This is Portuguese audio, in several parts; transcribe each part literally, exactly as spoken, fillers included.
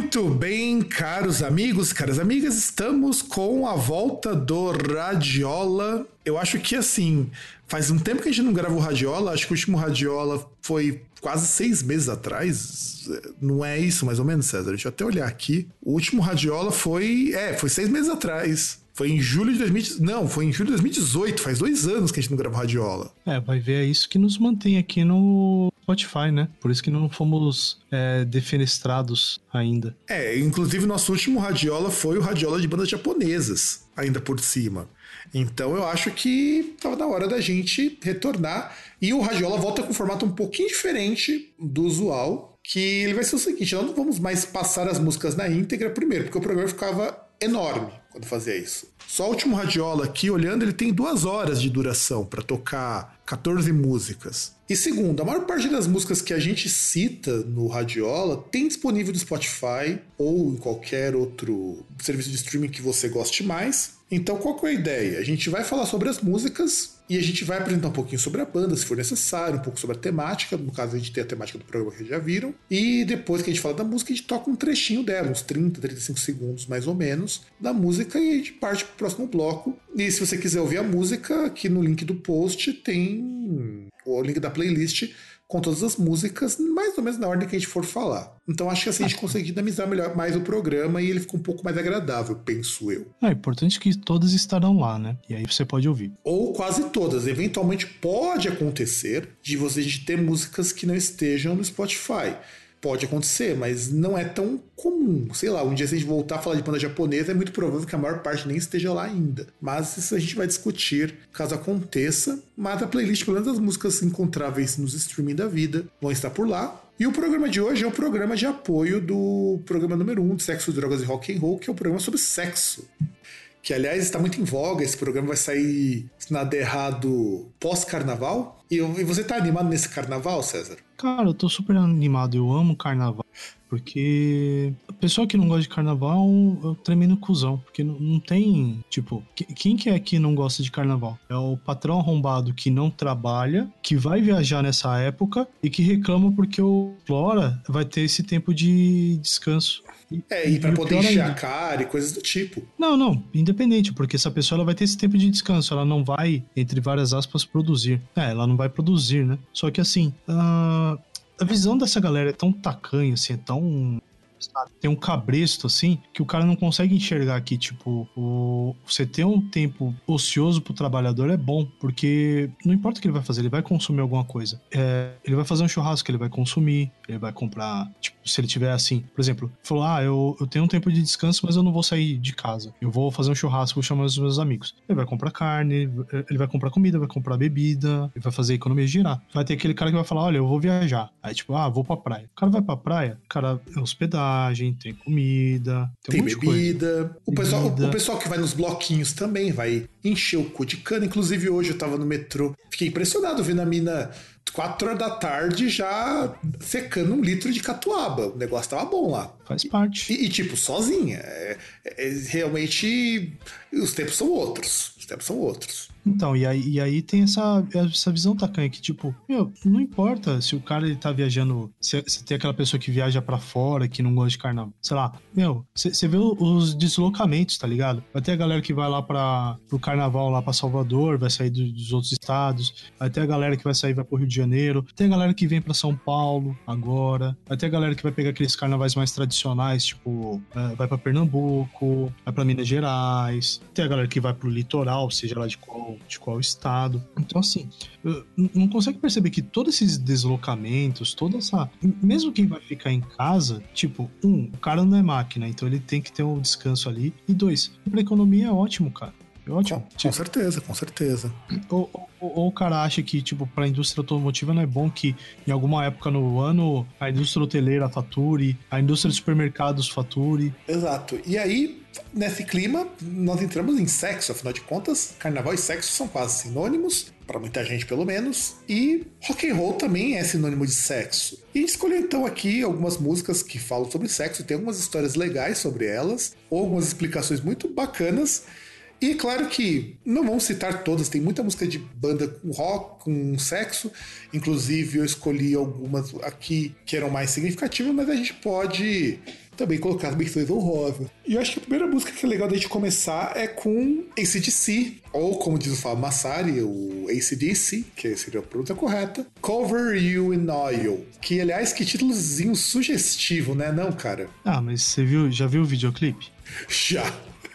Muito bem, caros amigos, caras amigas, estamos com a volta do Radiola. Eu acho que, assim, faz um tempo que a gente não grava o Radiola, acho que o último Radiola foi quase seis meses atrás, não é isso mais ou menos, César? Deixa eu até olhar aqui. O último Radiola foi, é, foi seis meses atrás. Foi em julho de dois mil, não, foi em julho de dois mil e dezoito, faz dois anos que a gente não grava o Radiola. É, vai ver, é isso que nos mantém aqui no Spotify, né? Por isso que não fomos é, defenestrados ainda. É, inclusive o nosso último Radiola foi o Radiola de bandas japonesas, ainda por cima. Então eu acho que estava na hora da gente retornar. E o Radiola volta com um formato um pouquinho diferente do usual, que ele vai ser o seguinte, nós não vamos mais passar as músicas na íntegra primeiro, porque o programa ficava enorme quando fazia isso. Só o último Radiola aqui, olhando, ele tem duas horas de duração para tocar quatorze músicas. E segundo, a maior parte das músicas que a gente cita no Radiola tem disponível no Spotify ou em qualquer outro serviço de streaming que você goste mais. Então qual que é a ideia? A gente vai falar sobre as músicas e a gente vai apresentar um pouquinho sobre a banda, se for necessário, um pouco sobre a temática. No caso, a gente tem a temática do programa que já viram. E depois que a gente fala da música, a gente toca um trechinho dela, uns trinta, trinta e cinco segundos mais ou menos, da música, e a gente parte pro próximo bloco. E se você quiser ouvir a música, aqui no link do post tem o link da playlist com todas as músicas, mais ou menos na ordem que a gente for falar. Então acho que assim a gente consegue dinamizar melhor, mais o programa e ele fica um pouco mais agradável, penso eu. É importante que todas estarão lá, né? E aí você pode ouvir. Ou quase todas. Eventualmente pode acontecer de você de ter músicas que não estejam no Spotify. Pode acontecer, mas não é tão comum. Sei lá, um dia se a gente voltar a falar de banda japonesa, é muito provável que a maior parte nem esteja lá ainda. Mas isso a gente vai discutir caso aconteça. Mas a playlist, pelo menos as músicas encontráveis nos streaming da vida, vão estar por lá. E o programa de hoje é o programa de apoio do programa número um de Sexo, Drogas e Rock and Roll, que é o programa sobre sexo. Que, aliás, está muito em voga. Esse programa vai sair, se nada errado, pós-carnaval. E, e você tá animado nesse carnaval, César? Cara, eu tô super animado, eu amo carnaval. Porque a pessoa que não gosta de carnaval é um tremendo cuzão. Porque não, não tem, tipo, quem que é que não gosta de carnaval? É o patrão arrombado que não trabalha, que vai viajar nessa época e que reclama porque o Flora vai ter esse tempo de descanso. E, é, e pra e poder encher a cara e coisas do tipo. Não, não, independente, porque essa pessoa ela vai ter esse tempo de descanso, ela não vai, entre várias aspas, produzir. É, ela não vai produzir, né? Só que assim, uh, a visão dessa galera é tão tacanha, assim, é tão... sabe, tem um cabresto, assim, que o cara não consegue enxergar que, tipo, o, você ter um tempo ocioso pro trabalhador é bom, porque não importa o que ele vai fazer, ele vai consumir alguma coisa. É, ele vai fazer um churrasco, ele vai consumir, ele vai comprar, tipo, se ele tiver assim, por exemplo, falou, ah, eu, eu tenho um tempo de descanso, mas eu não vou sair de casa, eu vou fazer um churrasco, vou chamar os meus amigos. Ele vai comprar carne, ele vai comprar comida, vai comprar bebida, ele vai fazer a economia girar. Vai ter aquele cara que vai falar, olha, eu vou viajar. Aí, tipo, ah, vou pra praia. O cara vai pra praia, o cara é hospedagem, tem comida, tem, tem um bebida. O pessoal, o, o pessoal que vai nos bloquinhos também vai encher o cu de cana. Inclusive hoje eu tava no metrô, fiquei impressionado vendo a mina quatro horas da tarde já secando um litro de catuaba. O negócio tava bom lá. Faz parte. E, e tipo, sozinha. É, é, realmente os tempos são outros. Os tempos são outros. Então, e aí, e aí tem essa, essa visão tacanha que, tipo, meu, não importa se o cara ele tá viajando, se, se tem aquela pessoa que viaja pra fora, que não gosta de carnaval, sei lá, meu, você vê os deslocamentos, tá ligado? Vai ter a galera que vai lá pra, pro carnaval lá pra Salvador, vai sair do, dos outros estados, vai ter a galera que vai sair vai pro Rio de Janeiro, tem a galera que vem pra São Paulo agora, vai ter a galera que vai pegar aqueles carnavais mais tradicionais, tipo, é, vai pra Pernambuco, vai pra Minas Gerais, tem a galera que vai pro litoral, seja lá de qual de qual estado. Então, assim, não consegue perceber que todos esses deslocamentos, toda essa... Mesmo quem vai ficar em casa, tipo, um, o cara não é máquina, então ele tem que ter um descanso ali. E dois, pra economia é ótimo, cara. É ótimo. Com, com certeza, com certeza. Ou, ou, ou o cara acha que, tipo, pra indústria automotiva não é bom que em alguma época no ano a indústria hoteleira fature, a indústria de supermercados fature. Exato. E aí, nesse clima, nós entramos em sexo, afinal de contas, carnaval e sexo são quase sinônimos, para muita gente pelo menos, e rock and roll também é sinônimo de sexo. E a gente escolheu então aqui algumas músicas que falam sobre sexo, tem algumas histórias legais sobre elas, ou algumas explicações muito bacanas, E é claro que não vamos citar todas, tem muita música de banda com rock, com sexo. Inclusive eu escolhi algumas aqui que eram mais significativas, mas a gente pode também colocar as menções honrosas. E eu acho que a primeira música que é legal da gente começar é com A C D C, ou como diz o Fábio Massari, o A C D C, que seria a pronúncia correta, Cover You in Oil. Que, aliás, que títulozinho sugestivo, né? Não, cara? Ah, mas você viu, já viu o videoclipe? Já.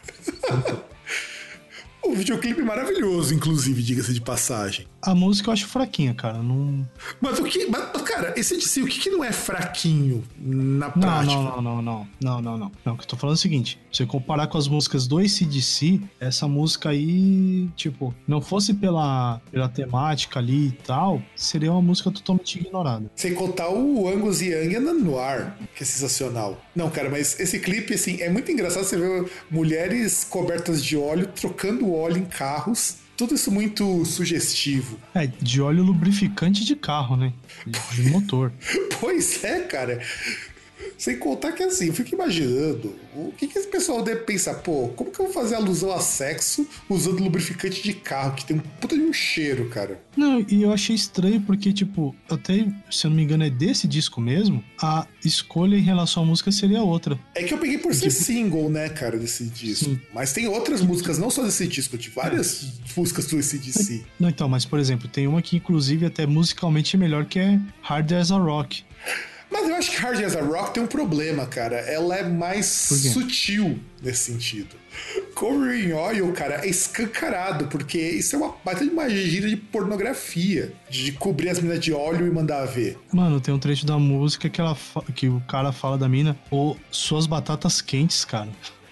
O videoclipe é maravilhoso, inclusive, diga-se de passagem. A música eu acho fraquinha, cara. Não... Mas o que. Mas, cara, esse de si, o que, que não é fraquinho na prática? Não, não, não, não, não, não, não. Não, o que eu tô falando é o seguinte: se você comparar com as músicas do A C D C, essa música aí, tipo, não fosse pela, pela temática ali e tal, seria uma música totalmente ignorada. Sem contar o Angus Young and the Noir, que é sensacional. Não, cara, mas esse clipe, assim, é muito engraçado você ver mulheres cobertas de óleo trocando óleo em carros. Tudo isso muito sugestivo. É, de óleo lubrificante de carro, né? De, de motor. Pois é, cara. Sem contar que, assim, eu fico imaginando o que, que esse pessoal deve pensar, pô, como que eu vou fazer alusão a sexo usando lubrificante de carro, que tem um puta de um cheiro, cara. Não, e eu achei estranho porque, tipo, até, se eu não me engano, é desse disco mesmo, a escolha em relação à música seria outra. É que eu peguei por ser tipo... single, né, cara, desse disco. Sim. Mas tem outras músicas, não só desse disco, de várias é. músicas do A C D C. Não, então, mas, por exemplo, tem uma que, inclusive, até musicalmente é melhor, que é Hard as a Rock. Mas eu acho que Hard as a Rock tem um problema, cara. Ela é mais sutil nesse sentido. Cover in Oil, cara, é escancarado, porque isso é uma baita de uma gíria de pornografia, de cobrir as minas de óleo e mandar ver. Mano, tem um trecho da música que, ela fa... que o cara fala da mina, ou suas batatas quentes, cara.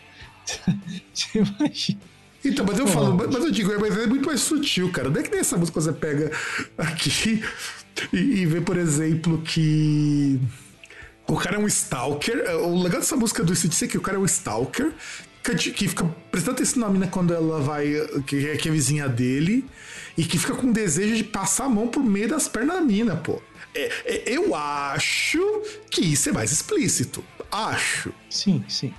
Você imagina? Então, mas eu oh, falo, mas eu digo, mas é muito mais sutil, cara. Não é que nem essa música você pega aqui e, e vê, por exemplo, que o cara é um stalker. O legal dessa música do A C D C é que o cara é um stalker, que, que fica prestando atenção na mina quando ela vai, que é, que é vizinha dele, e que fica com desejo de passar a mão por meio das pernas da mina, pô. É, é, eu acho que isso é mais explícito. Acho. Sim, sim.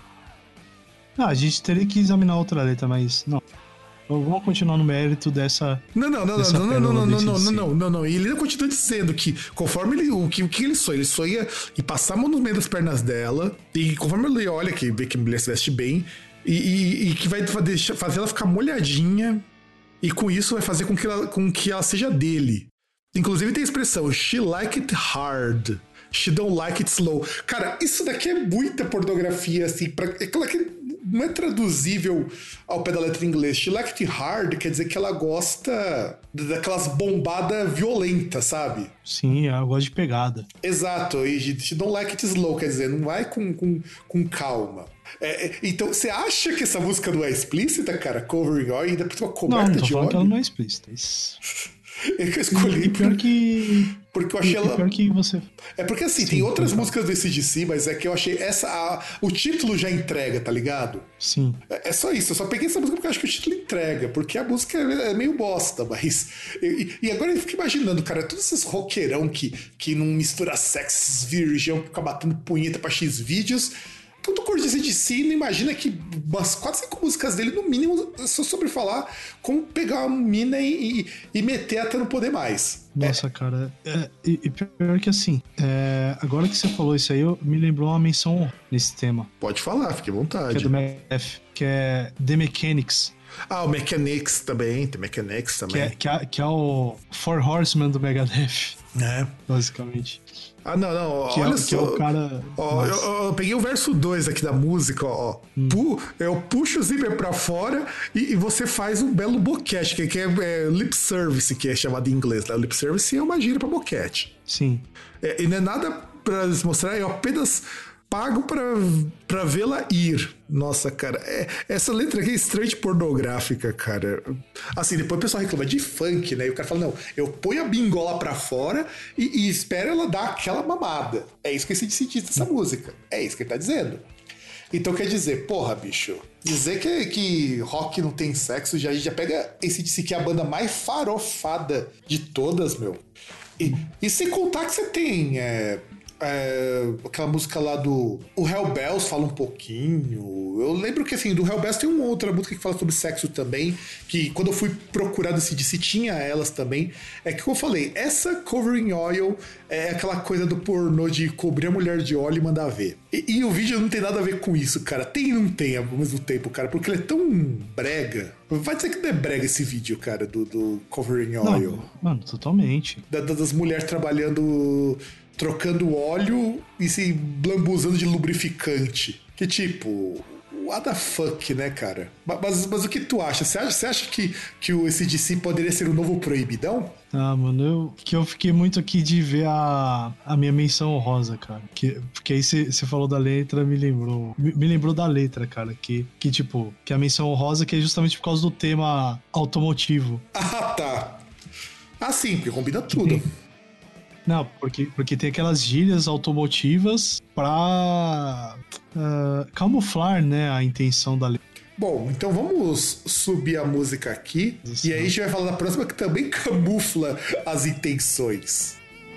Ah, a gente teria que examinar outra letra, mas não. Vamos continuar no mérito dessa. Não, não, não, não, não, não, não, não, não, não, não, não. E ele ainda continua dizendo que conforme ele. O que, o que ele sonha? Ele sonha e passar a mão no meio das pernas dela. E conforme ele olha que vê que a mulher se veste bem. E, e, e que vai deixar, fazer ela ficar molhadinha. E com isso vai fazer com que ela, com que ela seja dele. Inclusive tem a expressão She like it hard. She don't like it slow. Cara, isso daqui é muita pornografia, assim. Pra, é claro que não é traduzível ao pé da letra em inglês. She like it hard quer dizer que ela gosta daquelas bombadas violentas, sabe? Sim, ela gosta de pegada. Exato. E she don't like it slow, quer dizer, não vai com, com, com calma. É, é, então, você acha que essa música não é explícita, cara? Covering Oil, ainda por uma coberta não, não tô de falando óleo? Que ela não é explícita. Isso... É que eu escolhi. E pior que. Porque eu achei ela. Pior que você. É porque assim, Sim, tem outras então. músicas do A C D C, mas é que eu achei essa. A... O título já entrega, tá ligado? Sim. É, é só isso. Eu só peguei essa música porque eu acho que o título entrega. Porque a música é meio bosta, mas. E, e agora eu fico imaginando, cara, todos esses roqueirão que, que não mistura sexo, virgão, fica batendo punheta pra X vídeos. Tudo cor de A C D C, não imagina que umas quatro, cinco músicas dele, no mínimo, só sobre falar como pegar uma mina e, e, e meter até não poder mais. Nossa, é. cara. É, e, e pior que assim, é, agora que você falou isso aí, eu, me lembrou uma menção nesse tema. Pode falar, fique à vontade. Que é do Megadeth, que é The Mechanics. Ah, o Mechanics também, tem Mechanics também. Que é, que é, que é o Four Horsemen do Megadeth. É. Basicamente. Ah, não, não, que olha é, só. Que é o cara... Ó, eu, eu, eu peguei o verso dois aqui da música, ó. Hum. Pu, eu puxo o zíper pra fora e, e você faz um belo boquete, que, que é, é lip service, que é chamado em inglês. Né? Lip service é uma gíria pra boquete. Sim. É, e não é nada pra mostrar, eu apenas pago pra, pra vê-la ir. Nossa, cara, é, essa letra aqui é extremamente pornográfica, cara. Assim, depois o pessoal reclama de funk, né? E o cara fala, não, eu ponho a bingola pra fora e, e espero ela dar aquela mamada. É isso que esse sentido dessa música. É isso que ele tá dizendo. Então quer dizer, porra, bicho, dizer que, que rock não tem sexo, já, a gente já pega esse de que é a banda mais farofada de todas, meu. E, e sem contar que você tem... É, É, aquela música lá do... O Hellbells fala um pouquinho. Eu lembro que, assim, do Hellbells tem uma outra música que fala sobre sexo também, que quando eu fui procurar desse D C tinha elas também. É que, como eu falei, essa Covering Oil é aquela coisa do pornô de cobrir a mulher de óleo e mandar ver. E, e o vídeo não tem nada a ver com isso, cara. Tem e não tem ao mesmo tempo, cara, porque ele é tão brega. Vai dizer que não é brega esse vídeo, cara, do, do Covering Oil. Não, mano, totalmente. Da, das mulheres trabalhando... trocando óleo e se lambuzando de lubrificante. Que tipo, what the fuck, né, cara? Mas, mas o que tu acha? Você acha, você acha que, que o A C D C poderia ser o novo Proibidão? Ah, mano, eu, que eu fiquei muito aqui de ver a, a minha menção honrosa, cara. Que, porque aí você falou da letra, me lembrou. Me, me lembrou da letra, cara. Que, que, tipo, que a menção honrosa que é justamente por causa do tema automotivo. Ah, tá. Ah, sim, porque combina tudo. Tem... Não, porque, porque tem aquelas gírias automotivas pra uh, camuflar, né, a intenção da letra. Bom, então vamos subir a música aqui. Isso, e aí a gente vai falar da próxima que também camufla as intenções.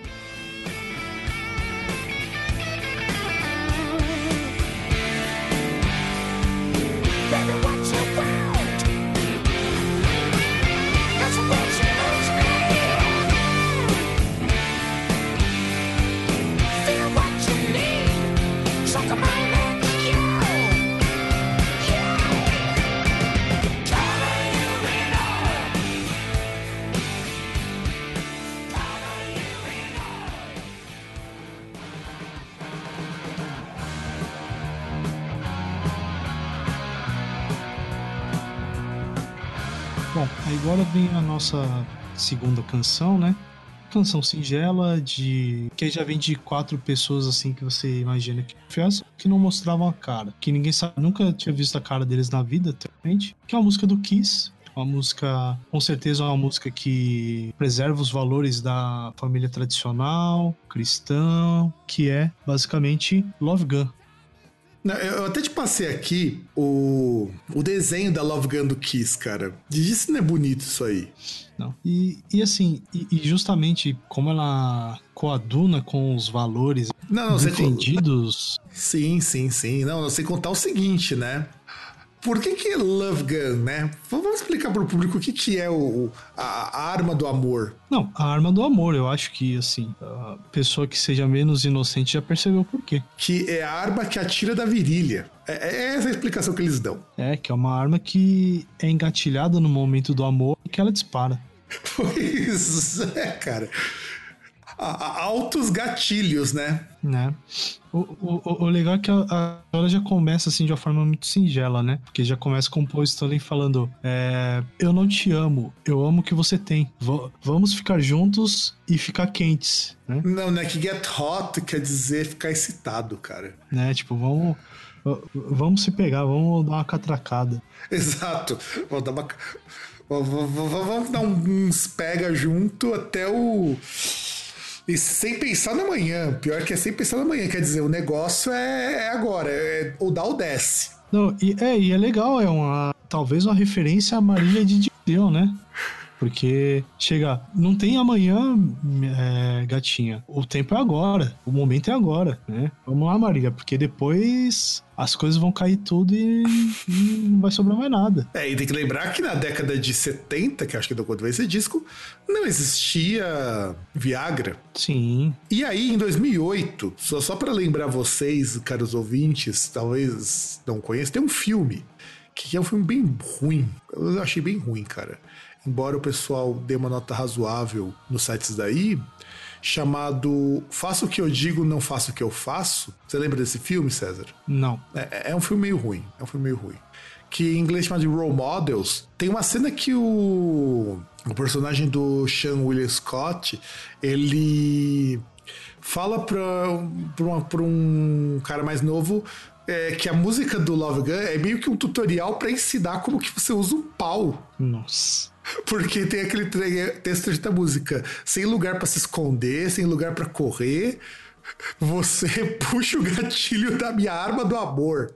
Bom, agora vem a nossa segunda canção, né? Canção singela de... que já vem de quatro pessoas assim que você imagina que que não mostravam a cara, que ninguém sabe, nunca tinha visto a cara deles na vida, realmente. Que é a música do Kiss. Uma música, com certeza, uma música que preserva os valores da família tradicional, cristã, que é basicamente Love Gun. Eu até te passei aqui o, o desenho da Love Gun do Kiss, cara. Diz se não é bonito isso aí. Não. E, e assim, e, e justamente como ela coaduna com os valores não, não, defendidos... Sem... Sim, sim, sim. Não, não sei contar o seguinte, né? Por que que é Love Gun, né? Vamos explicar pro público o que que é o, a, a arma do amor. Não, a arma do amor, eu acho que, assim, a pessoa que seja menos inocente já percebeu por quê. Que é a arma que atira da virilha. É, é essa a explicação que eles dão. É, que é uma arma que é engatilhada no momento do amor e que ela dispara. Pois é, cara. Altos gatilhos, né? Né? O, o, o legal é que a, a história já começa assim de uma forma muito singela, né? Porque já começa com o Paul Stanley falando: é, eu não te amo, eu amo o que você tem. V- vamos ficar juntos e ficar quentes, né? Não, né? Que get hot quer dizer ficar excitado, cara. Né? Tipo, vamos, vamos se pegar, vamos dar uma catracada. Exato. Vamos dar uma... Vamos dar uns pega junto até o... E sem pensar na manhã. Pior que é sem pensar na manhã. Quer dizer, o negócio é, é agora. É ou dá ou desce. Não, e é, e é legal. É uma... Talvez uma referência à Marília de Dion, né? Porque chega... Não tem amanhã, é, gatinha. O tempo é agora. O momento é agora, né? Vamos lá, Marília. Porque depois... as coisas vão cair tudo e, e não vai sobrar mais nada. É, e tem que lembrar que na década de setenta, que acho que é quando veio esse disco, não existia Viagra. Sim. E aí, em dois mil e oito, só, só para lembrar vocês, caros ouvintes, talvez não conheçam, tem um filme, que é um filme bem ruim. Eu achei bem ruim, cara. Embora o pessoal dê uma nota razoável nos sites daí... chamado Faça o que eu digo, não faça o que eu faço. Você lembra desse filme, César? Não. É, é um filme meio ruim. É um filme meio ruim. Que em inglês chama de Role Models. Tem uma cena que o, o personagem do Sean William Scott, ele fala pra, pra, uma, pra um cara mais novo é, que a música do Love Gun é meio que um tutorial pra ensinar como que você usa um pau. Nossa. Porque tem aquele texto da música: sem lugar pra se esconder, sem lugar pra correr, você puxa o gatilho da minha arma do amor.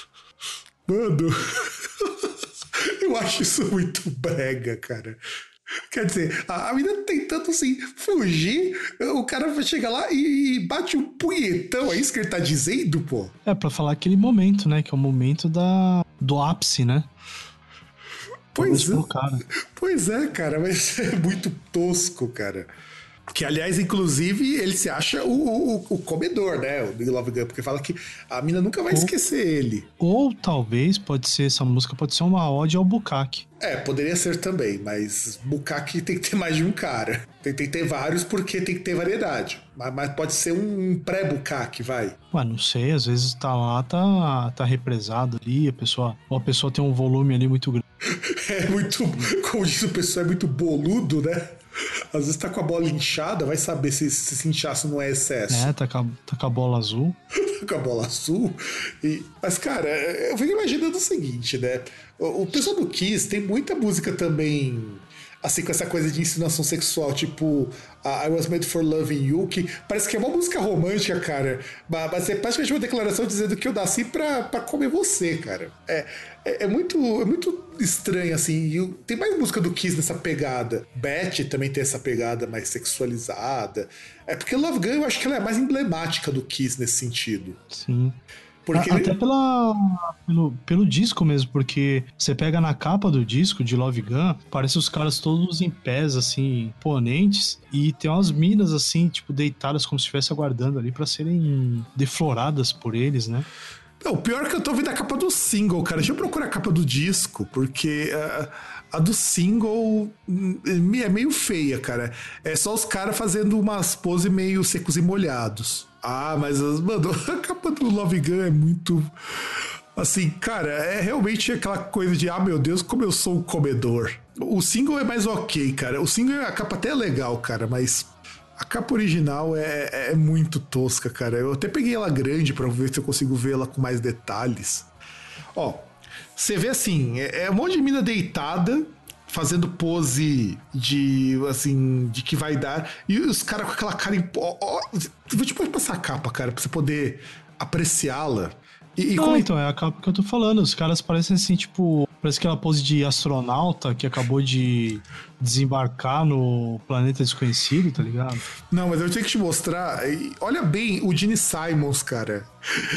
Mano, eu acho isso muito brega, cara. Quer dizer, a, a menina tentando assim, fugir, o cara vai chegar lá e, e bate um punhetão, é isso que ele tá dizendo, pô? É, pra falar aquele momento, né? Que é o momento da, do ápice, né? Pois é, Pro cara. pois é, cara, mas é muito tosco, cara. Que, aliás, inclusive, ele se acha o, o, o comedor, né? O Big Love Gun, porque fala que a mina nunca vai Ou, esquecer ele. Ou talvez, pode ser, essa música pode ser uma ode ao Bukkake. É, poderia ser também, mas Bukkake tem que ter mais de um cara. Tem, tem que ter vários porque tem que ter variedade. Mas, mas pode ser um pré-Bukkake, vai. Ué, não sei, às vezes tá lá, tá, tá represado ali, a pessoa, ou a pessoa tem um volume ali muito grande. É muito, como diz o pessoal, é muito boludo, né? Às vezes tá com a bola inchada, vai saber se, se esse inchaço não é excesso. É, tá com a, tá com a bola azul. Com a bola azul. E, mas, cara, eu fico imaginando o seguinte, né? O, o pessoal do Kiss tem muita música também, assim, com essa coisa de insinuação sexual, tipo I Was Made for Loving You, que parece que é uma música romântica, cara, mas é praticamente uma declaração dizendo que eu nasci pra, pra comer você, cara. É, é, é, muito, é muito estranho, assim. E tem mais música do Kiss nessa pegada. Beth também tem essa pegada mais sexualizada. É porque Love Gun eu acho que ela é mais emblemática do Kiss nesse sentido. Sim. Porque Até ele... pela, pelo, pelo disco mesmo, porque você pega na capa do disco de Love Gun, parece os caras todos em pés, assim, imponentes, e tem umas minas, assim, tipo, deitadas como se estivesse aguardando ali pra serem defloradas por eles, né? Não, o pior é que eu tô vendo a capa do single, cara. Deixa eu procurar a capa do disco, porque uh, a do single é meio feia, cara. É só os caras fazendo umas poses meio secos e molhados. Ah, mas, mano, a capa do Love Gun é muito... Assim, cara, é realmente aquela coisa de, ah, meu Deus, como eu sou um comedor. O single é mais ok, cara. O single, a capa até é legal, cara, mas... A capa original é, é muito tosca, cara. Eu até peguei ela grande pra ver se eu consigo ver ela com mais detalhes. Ó, você vê assim, é, é um monte de mina deitada, fazendo pose de, assim, de que vai dar. E os caras com aquela cara... Em, ó, ó, vou te passar a capa, cara, pra você poder apreciá-la. E, e Não, como... então, é a capa que eu tô falando. Os caras parecem assim, tipo... Parece aquela pose de astronauta que acabou de desembarcar no planeta desconhecido, tá ligado? Não, mas eu tenho que te mostrar. Olha bem o Gene Simons, cara.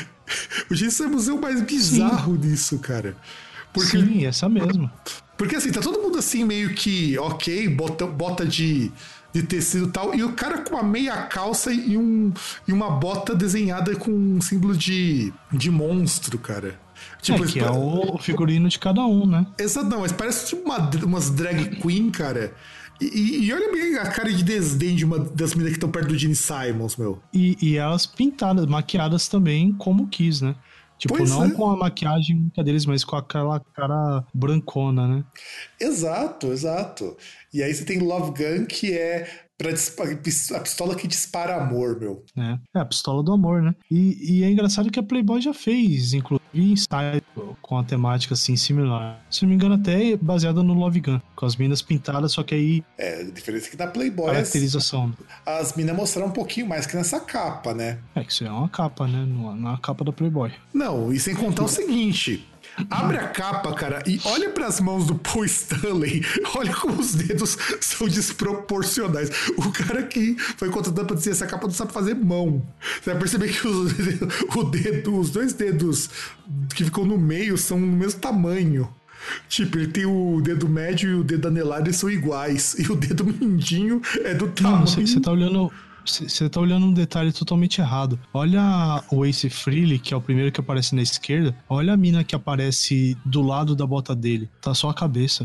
O Gene Simons é o mais bizarro Sim. disso, cara. Porque... Sim, essa mesma. Porque assim, tá todo mundo assim meio que, ok, bota, bota de... de tecido e tal, e o cara com uma meia calça e, um, e uma bota desenhada com um símbolo de, de monstro, cara. Tipo, é, que é o figurino de cada um, né? Exato, não, mas parece tipo uma, umas drag queen, cara. E, e olha bem a cara de desdém de uma das meninas que estão perto do Gene Simons, meu. E, e elas pintadas, maquiadas também como quis, né? Tipo, pois não é. com a maquiagem única deles, mas com aquela cara brancona, né? Exato, exato. E aí você tem Love Gun, que é pra a pistola que dispara amor, meu. É, é a pistola do amor, né? E, e é engraçado que a Playboy já fez, inclusive, ensaio com a temática assim similar. Se não me engano, até baseada no Love Gun, com as minas pintadas, só que aí... É, a diferença é que na Playboy... Caracterização. As, as minas mostraram um pouquinho mais que nessa capa, né? É, que isso é uma capa, né? Não é uma capa da Playboy. Não, e sem contar o seguinte... Abre a capa, cara, e olha pras mãos do Paul Stanley. Olha como os dedos são desproporcionais. O cara que foi contratado pra dizer essa capa não sabe fazer mão. Você vai perceber que os, o dedo, os dois dedos que ficam no meio são do mesmo tamanho. Tipo, ele tem o dedo médio e o dedo anelar, eles são iguais. E o dedo mindinho é do tamanho... Não, você tá olhando... Você tá olhando um detalhe totalmente errado. Olha o Ace Frehley, que é o primeiro que aparece na esquerda. Olha a mina que aparece do lado da bota dele. Tá só a cabeça.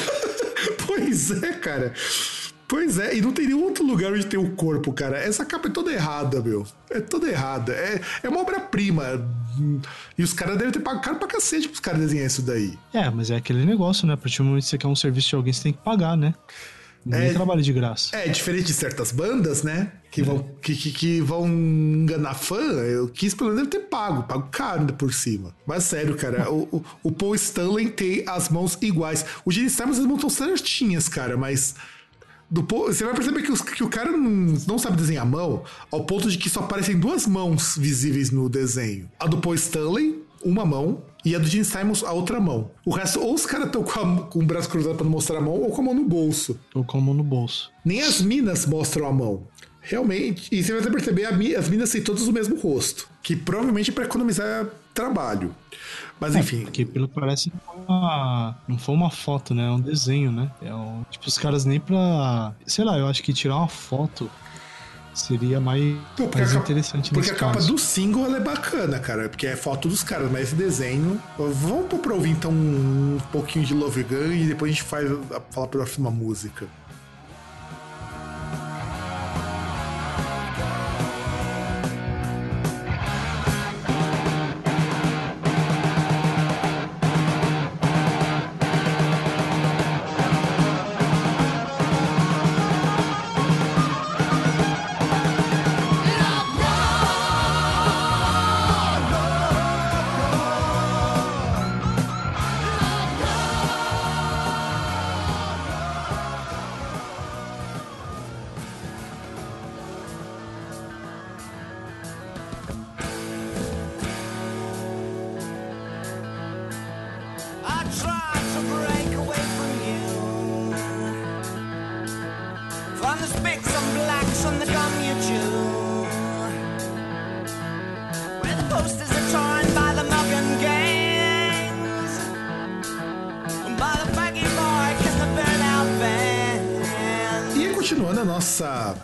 Pois é, cara. Pois é, e não tem nenhum outro lugar onde tem o corpo, cara. Essa capa é toda errada, meu. É toda errada. É, é uma obra-prima. E os caras devem ter pago caro pra cacete pros caras desenhar isso daí. É, mas é aquele negócio, né? A partir do momento que você quer um serviço de alguém, você tem que pagar, né? Ninguém é, trabalha de graça. É, diferente de certas bandas, né? Que, é. vão, que, que, que vão enganar fã. Eu quis pelo menos ter pago. Pago caro ainda por cima. Mas sério, cara. o, o, o Paul Stanley tem as mãos iguais. O Gene Simons, as mãos estão certinhas, cara. Mas do Paul, você vai perceber que, os, que o cara não, não sabe desenhar a mão ao ponto de que só aparecem duas mãos visíveis no desenho. A do Paul Stanley uma mão e a do Gene Simons a outra mão. O resto, ou os caras estão com, com o braço cruzado pra não mostrar a mão, ou com a mão no bolso. Ou com a mão no bolso. Nem as minas mostram a mão. Realmente. E você vai perceber, as minas têm todas o mesmo rosto. Que provavelmente é pra economizar trabalho. Mas enfim. É, porque pelo que parece não foi, uma, não foi uma foto, né? É um desenho, né? É um, tipo, os caras nem pra... Sei lá, eu acho que tirar uma foto seria mais, Pô, mais a, interessante porque nesse a capa caso. do single ela é bacana, cara. Porque é foto dos caras, mas esse desenho... Vamos pra ouvir então um pouquinho de Love Gun e depois a gente faz a, falar pra próxima música. Continuando a nossa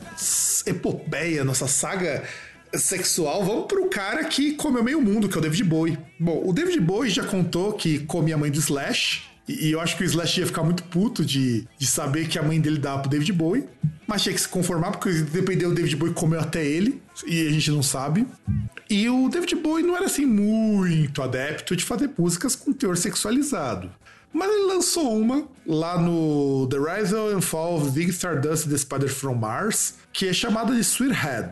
epopeia, nossa saga sexual, vamos pro cara que comeu meio mundo, que é o David Bowie. Bom, o David Bowie já contou que come a mãe do Slash, e eu acho que o Slash ia ficar muito puto de, de saber que a mãe dele dava pro David Bowie, mas tinha que se conformar, porque dependeu do David Bowie comeu até ele, e a gente não sabe. E o David Bowie não era assim muito adepto de fazer músicas com teor sexualizado. Mas ele lançou uma lá no The Rise and Fall of Ziggy Stardust and the Spider from Mars, que é chamada de Sweethead.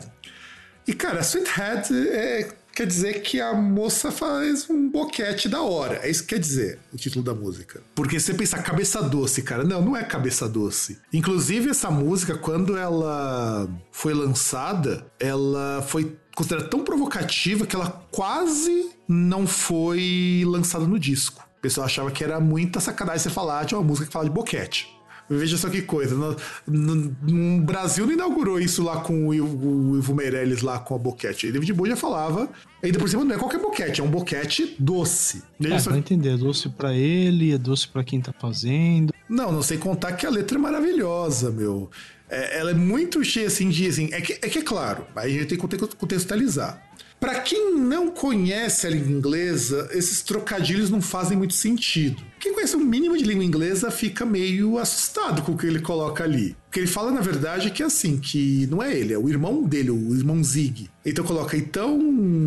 E cara, Sweethead é, quer dizer que a moça faz um boquete da hora. É isso que quer dizer o título da música. Porque você pensa cabeça doce, cara. Não, não é cabeça doce. Inclusive essa música, quando ela foi lançada, ela foi considerada tão provocativa que ela quase não foi lançada no disco. O pessoal achava que era muita sacanagem você falar de uma música que fala de boquete. Veja só que coisa. No, no, no Brasil não inaugurou isso lá com o Ivo, o Ivo Meirelles lá com a boquete. David Bowie já falava. Ainda por cima não é qualquer boquete, é um boquete doce. Veja é, só vai entender. É doce pra ele, é doce pra quem tá fazendo. Não, não sei contar que a letra é maravilhosa, meu. É, ela é muito cheia assim de... Assim, é, que, é que é claro, aí a gente tem que contextualizar. Para quem não conhece a língua inglesa, esses trocadilhos não fazem muito sentido. Quem conhece o mínimo de língua inglesa fica meio assustado com o que ele coloca ali. O que ele fala, na verdade, é que é assim, que não é ele, é o irmão dele, o irmão Zig. Então coloca, então,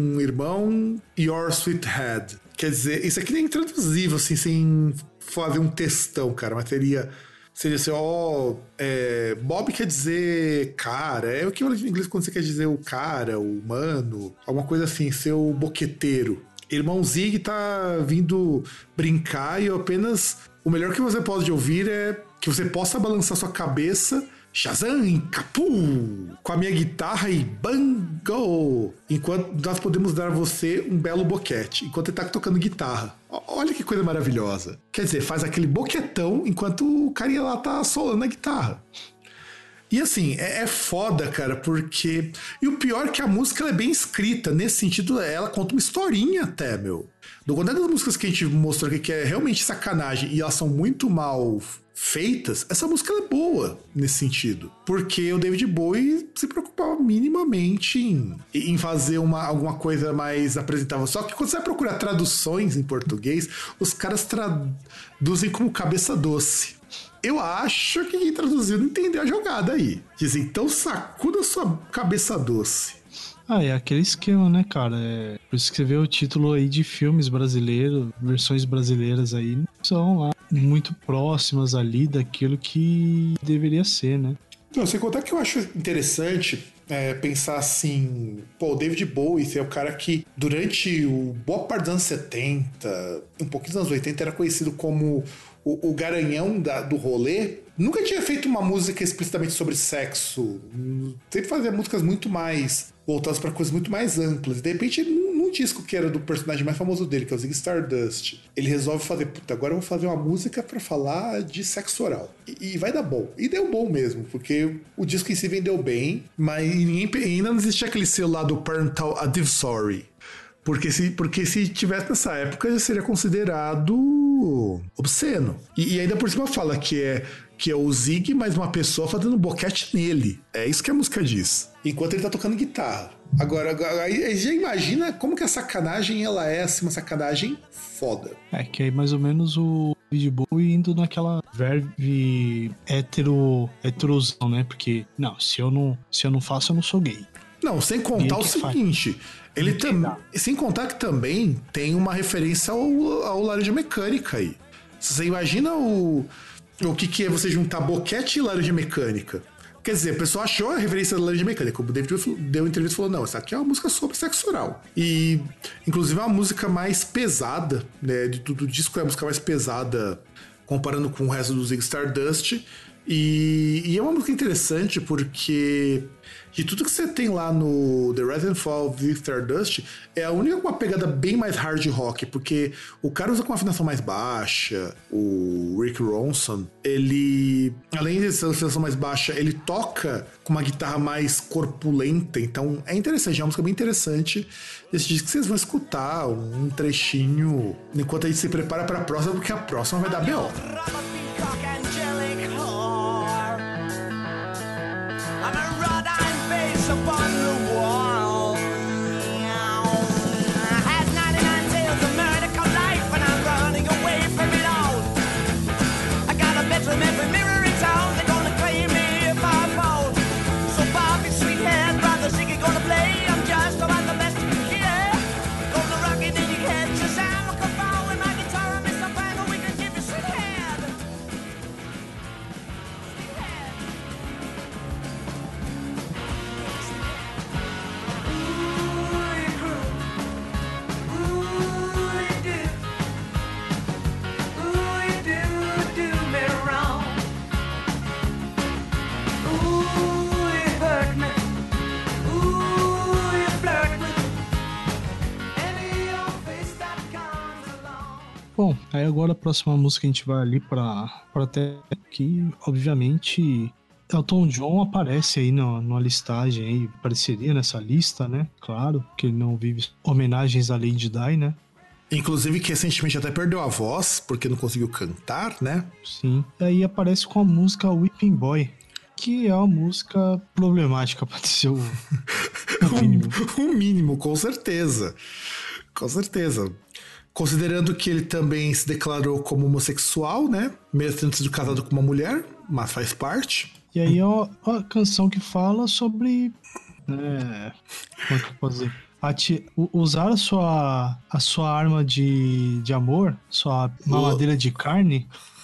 irmão, your sweethead. Quer dizer, isso aqui nem é intraduzível, assim, sem fazer um textão, cara, mas teria... Seria assim, ó, é, Bob quer dizer cara, é o que em inglês quando você quer dizer o cara, o humano, alguma coisa assim, seu boqueteiro. Irmão Zig tá vindo brincar e eu apenas... O melhor que você pode ouvir é que você possa balançar sua cabeça, Shazam, Capu, com a minha guitarra e bango, enquanto nós podemos dar a você um belo boquete, enquanto ele tá tocando guitarra. Olha que coisa maravilhosa. Quer dizer, faz aquele boquetão enquanto o carinha lá tá solando a guitarra. E assim, é, é foda, cara, porque... E o pior é que a música ela é bem escrita. Nesse sentido, ela conta uma historinha até, meu. Do contrário das músicas que a gente mostrou aqui, que é realmente sacanagem, e elas são muito mal feitas, essa música ela é boa nesse sentido. Porque o David Bowie se preocupava minimamente em, em fazer uma, alguma coisa mais apresentável. Só que quando você vai procurar traduções em português, os caras traduzem como cabeça doce. Eu acho que quem traduziu não entendeu a jogada aí. Dizem, então sacuda sua cabeça doce. Ah, é aquele esquema, né, cara? É por isso que você vê o título aí de filmes brasileiros, versões brasileiras aí, são lá muito próximas ali daquilo que deveria ser, né? Não, sem contar que eu acho interessante é, pensar assim, pô, o David Bowie é o cara que durante o boa parte dos anos setenta, um pouquinho dos anos oitenta, era conhecido como o, o garanhão da, do rolê. Nunca tinha feito uma música explicitamente sobre sexo. Sempre fazia músicas muito mais voltadas para coisas muito mais amplas. De repente, ele não, não no disco que era do personagem mais famoso dele, que é o Ziggy Stardust, ele resolve fazer, puta, agora eu vou fazer uma música pra falar de sexo oral. E, e vai dar bom. E deu bom mesmo, porque o disco em si vendeu bem, mas ninguém, ainda não existia aquele selo lá do Parental Advisory. Porque se, porque se tivesse nessa época, já seria considerado obsceno. E, e ainda por cima fala que é, que é o Zig mais uma pessoa fazendo boquete nele. É isso que a música diz. Enquanto ele tá tocando guitarra. Agora, agora aí já imagina como que a sacanagem ela é assim, uma sacanagem foda. É, que aí mais ou menos o David Bowie indo naquela verve hetero, heterosão, né? Porque, não, se eu não, se eu não faço, eu não sou gay. Não, sem contar o seguinte... Faz. Ele tam... Sem contar que também tem uma referência ao, ao Laranja Mecânica aí. Você imagina o, o que, que é você juntar boquete e Laranja Mecânica. Quer dizer, o pessoal achou a referência da Laranja Mecânica. O David deu uma entrevista e falou, não, essa aqui é uma música sobre sexo oral. E, inclusive, é uma música mais pesada, né? De tudo o disco é a música mais pesada comparando com o resto do Ziggy Stardust. E, e é uma música interessante porque de tudo que você tem lá no The Rise and Fall of Ziggy Stardust é a única com uma pegada bem mais hard rock, porque o cara usa com uma afinação mais baixa, o Rick Ronson, ele, além de ser uma afinação mais baixa, ele toca com uma guitarra mais corpulenta, então é interessante, é uma música bem interessante. Esse disco que vocês vão escutar um trechinho enquanto a gente se prepara para a próxima, porque a próxima vai dar B O. Upon the wall has ninety-nine tales of murder life, and I'm running away from it all. I got a bedroom every mirror in town. They're gonna claim me if I fall. So Bobby, sweethead, brother, Ziggy gonna play. I'm just about the best you can hear. Gonna rock it in your head, Shazam, a cabal with my guitar and Mister Bangle. We can give you sweet head. Sweet head. Bom, aí agora a próxima música a gente vai ali pra, pra até que, obviamente, Elton John aparece aí no, numa listagem aí, apareceria nessa lista, né? Claro, que ele não vive homenagens à Lady Di, né? Inclusive que recentemente até perdeu a voz, porque não conseguiu cantar, né? Sim. E aí aparece com a música Whipping Boy, que é uma música problemática, pra dizer o, o mínimo. o mínimo, com certeza. Com certeza. Considerando que ele também se declarou como homossexual, né? Mesmo antes de casado com uma mulher, mas faz parte. E aí é uma, uma canção que fala sobre... É, como é que eu posso dizer? Ati- usar a sua, a sua arma de, de amor, sua mamadeira de carne,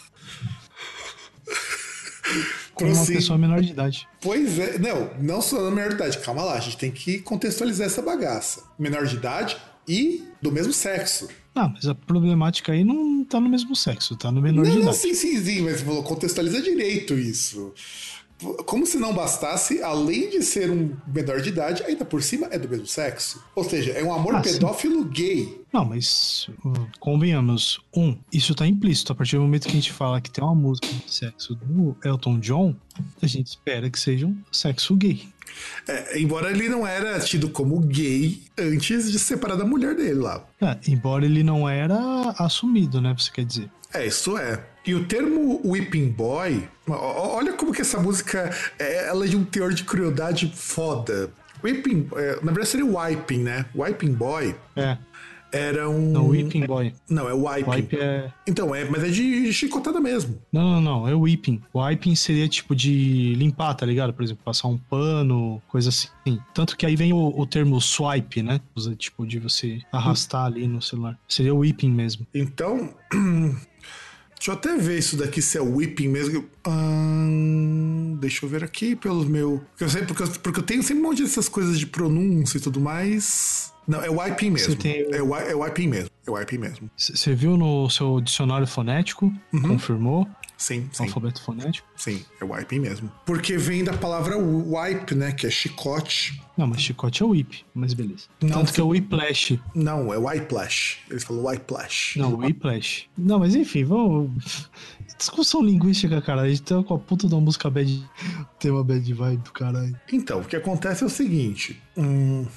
com uma pessoa menor de idade. Pois é, não, não só na menor de idade, calma lá, a gente tem que contextualizar essa bagaça. Menor de idade e do mesmo sexo. Ah, mas a problemática aí não tá no mesmo sexo, tá no menor não, de não, idade. Sim, sim, sim, mas falou, contextualiza direito isso. Como se não bastasse, além de ser um menor de idade, ainda por cima é do mesmo sexo. Ou seja, é um amor ah, pedófilo sim. gay. Não, mas convenhamos, um, isso tá implícito. A partir do momento que a gente fala que tem uma música de sexo do Elton John, a gente espera que seja um sexo gay. É, embora ele não era tido como gay antes de se separar da mulher dele lá. É, embora ele não era assumido, né? Você quer dizer? É, isso é. E o termo Whipping Boy, olha como que essa música é, ela é de um teor de crueldade foda. Whipping, é, na verdade seria Wiping, né? Wiping Boy. É. Era um... Não, Whipping Boy. Não, é Wiping. Wipe é... Então, é, mas é de chicotada mesmo. Não, não, não, é Whipping. Whipping seria tipo de limpar, tá ligado? Por exemplo, passar um pano, coisa assim. Tanto que aí vem o, o termo swipe, né? Usa tipo de você arrastar ali no celular. Seria o Whipping mesmo. Então... Deixa eu até ver isso daqui se é Whipping mesmo. Hum, deixa eu ver aqui pelo meu... Porque eu, sei, porque, eu, porque eu tenho sempre um monte dessas coisas de pronúncia e tudo mais... Não, é Wiping mesmo. Tem... É, é Wiping mesmo. É Wiping mesmo. Você viu no seu dicionário fonético? Uhum. Confirmou? Sim, sim. Alfabeto fonético? Sim, é wiping mesmo. Porque vem da palavra wipe, né? Que é chicote. Não, mas chicote é whip, mas beleza. Não, Tanto que é o whiplash. Não, é whiplash. Eles falam whiplash. Não, whiplash. Não, mas enfim, vamos... Discussão linguística, cara. A gente tá com a puta de uma música bad... Tema bad vibe do caralho. Então, o que acontece é o seguinte... Hum...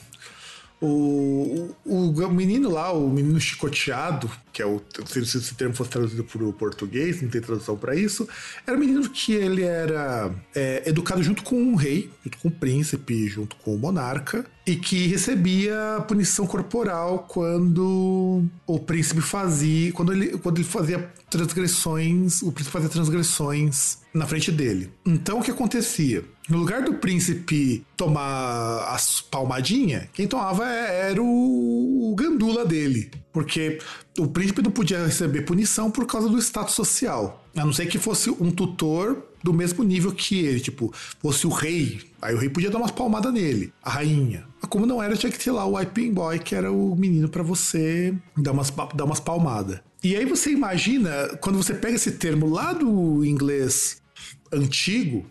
O, o, o menino lá, o menino chicoteado, que é o. Se esse termo fosse traduzido para o português, não tem tradução para isso, era um menino que ele era é, educado junto com o rei, junto com o príncipe, junto com o monarca, e que recebia punição corporal quando o príncipe fazia. Quando ele, quando ele fazia transgressões, o príncipe fazia transgressões na frente dele. Então o que acontecia? No lugar do príncipe tomar as palmadinhas, quem tomava era o, o gandula dele. Porque o príncipe não podia receber punição por causa do status social. A não ser que fosse um tutor do mesmo nível que ele. Tipo, fosse o rei. Aí o rei podia dar umas palmadas nele. A rainha. Mas como não era, tinha que ter lá o Wiping Boy, que era o menino pra você dar umas, dar umas palmadas. E aí você imagina, quando você pega esse termo lá do inglês antigo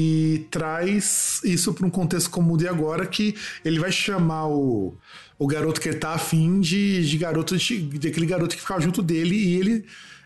e traz isso para um contexto como o de agora, que ele vai chamar o, o garoto que ele tá afim de, de garoto de, de aquele garoto que ficava junto dele, e ele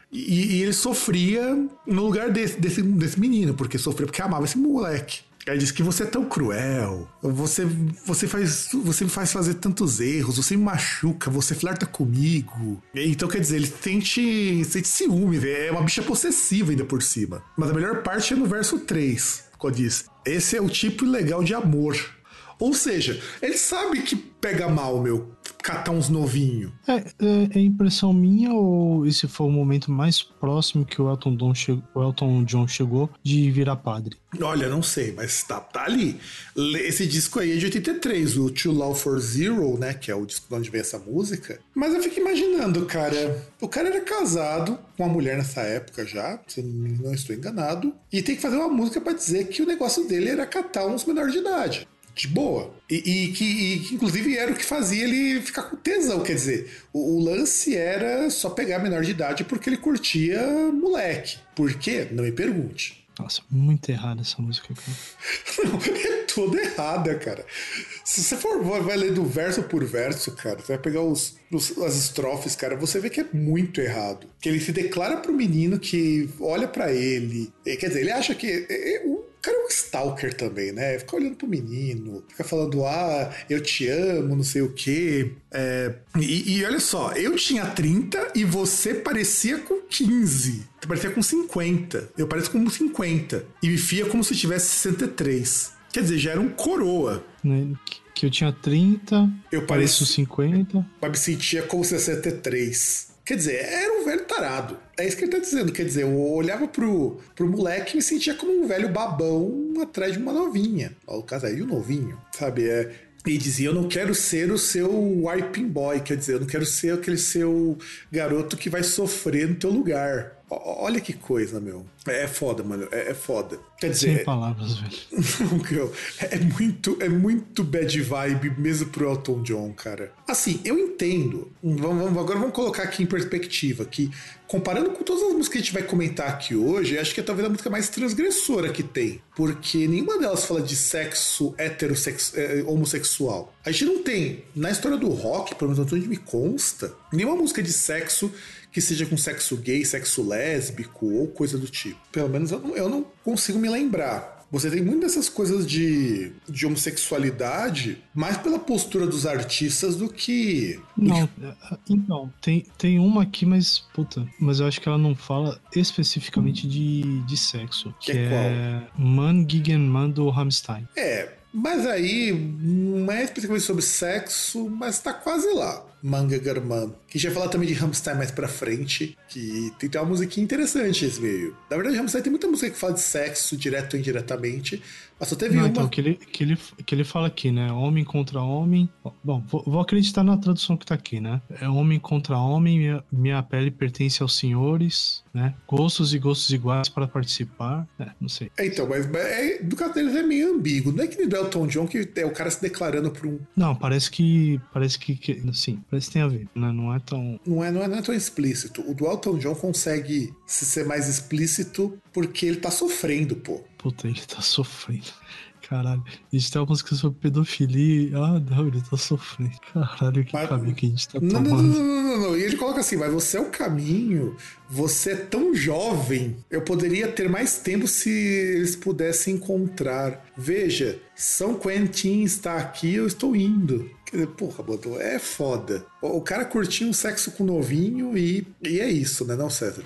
e, e ele sofria no lugar desse, desse, desse menino, porque sofria porque amava esse moleque. Aí diz que você é tão cruel, você, você, faz, você me faz fazer tantos erros, você me machuca, você flerta comigo. Então, quer dizer, ele sente, sente ciúme, véio. É uma bicha possessiva ainda por cima. Mas a melhor parte é no verso três, quando diz: esse é o tipo ilegal de amor. Ou seja, ele sabe que pega mal, meu, catar uns novinhos. É, é, é impressão minha ou esse foi o momento mais próximo que o Elton John, che- o Elton John chegou de virar padre? Olha, não sei, mas tá, tá ali. Esse disco aí é de oitenta e três, o Too Low for Zero, né, que é o disco de onde vem essa música. Mas eu fico imaginando, cara, o cara era casado com uma mulher nessa época já, se eu não estou enganado, e tem que fazer uma música pra dizer que o negócio dele era catar uns menores de idade. De boa. E, e, que, e que, inclusive, era o que fazia ele ficar com tesão. Quer dizer, o, o lance era só pegar menor de idade porque ele curtia moleque. Por quê? Não me pergunte. Nossa, muito errada essa música, cara. Não, é toda errada, cara. Se você for vai ler do verso por verso, cara, você vai pegar os, os, as estrofes, cara, você vê que é muito errado. Que ele se declara pro menino que olha pra ele. Quer dizer, ele acha que... É, é, o cara é um stalker também, né? Fica olhando pro menino, fica falando, ah, eu te amo, não sei o quê. É, e, e olha só, eu tinha trinta e você parecia com quinze. Você parecia com cinquenta. Eu pareço com cinquenta. E me fia como se tivesse sessenta e três. Quer dizer, já era um coroa. Né? Que eu tinha trinta, Eu pareço pareço cinquenta. Mas me sentia como sessenta e três. Quer dizer, era um velho tarado. É isso que ele tá dizendo. Quer dizer, eu olhava pro, pro moleque e me sentia como um velho babão atrás de uma novinha. Ó, o caso aí, o novinho, sabe? É, e dizia, eu não quero ser o seu wiping boy. Quer dizer, eu não quero ser aquele seu garoto que vai sofrer no teu lugar. Ó, olha que coisa, meu. É foda, mano. É, é foda. Quer dizer... Sem palavras, velho. Não, é muito, é muito bad vibe mesmo pro Elton John, cara. Assim, eu entendo. Vamos, vamos, agora vamos colocar aqui em perspectiva que, comparando com todas as músicas que a gente vai comentar aqui hoje, acho que é talvez a música mais transgressora que tem. Porque nenhuma delas fala de sexo heterossexual, é, homossexual. A gente não tem, na história do rock, pelo menos onde me consta, nenhuma música de sexo que seja com sexo gay, sexo lésbico ou coisa do tipo. Pelo menos eu não, eu não consigo me lembrar. Você tem muitas dessas coisas de, de homossexualidade mais pela postura dos artistas do que... Não, então, tem, tem uma aqui, mas, puta, mas eu acho que ela não fala especificamente de, de sexo. Que, Que é é Man Gegen Man do Rammstein. É, mas aí não é especificamente sobre sexo, mas tá quase lá. Manga German. Que a gente vai falar também de Rammstein mais pra frente, que tem, tem uma musiquinha interessante esse meio. Na verdade, Rammstein tem muita música que fala de sexo, direto ou indiretamente, Mas só teve Não, uma. então, que ele, que, ele, que ele fala aqui, né? Homem contra homem. Bom, vou, vou acreditar na tradução que tá aqui, né? É homem contra homem, minha, minha pele pertence aos senhores, né? Gostos e gostos iguais para participar. É, não sei. É, então, mas mas é, do caso deles é meio ambíguo. Não é que nem do Elton John, que é o cara se declarando por um. Não, parece que. Parece que. que sim, parece que tem a ver, né? Não é tão. Não é, não, é, não é tão explícito. O do Elton John consegue se ser mais explícito porque ele tá sofrendo, pô. Puta, ele tá sofrendo. Caralho, a gente tem uma música sobre pedofilia. Ah, não, ele tá sofrendo. Caralho, que Mas- caminho que a gente tá Não, não, tomando. não, não, não, não. E ele coloca assim, mas você é o caminho, você é tão jovem, eu poderia ter mais tempo se eles pudessem encontrar. Veja, São Quentin está aqui, eu estou indo. Quer dizer, porra, Bodo, é foda. O o cara curtiu um sexo com novinho e, e é isso, né, não, César?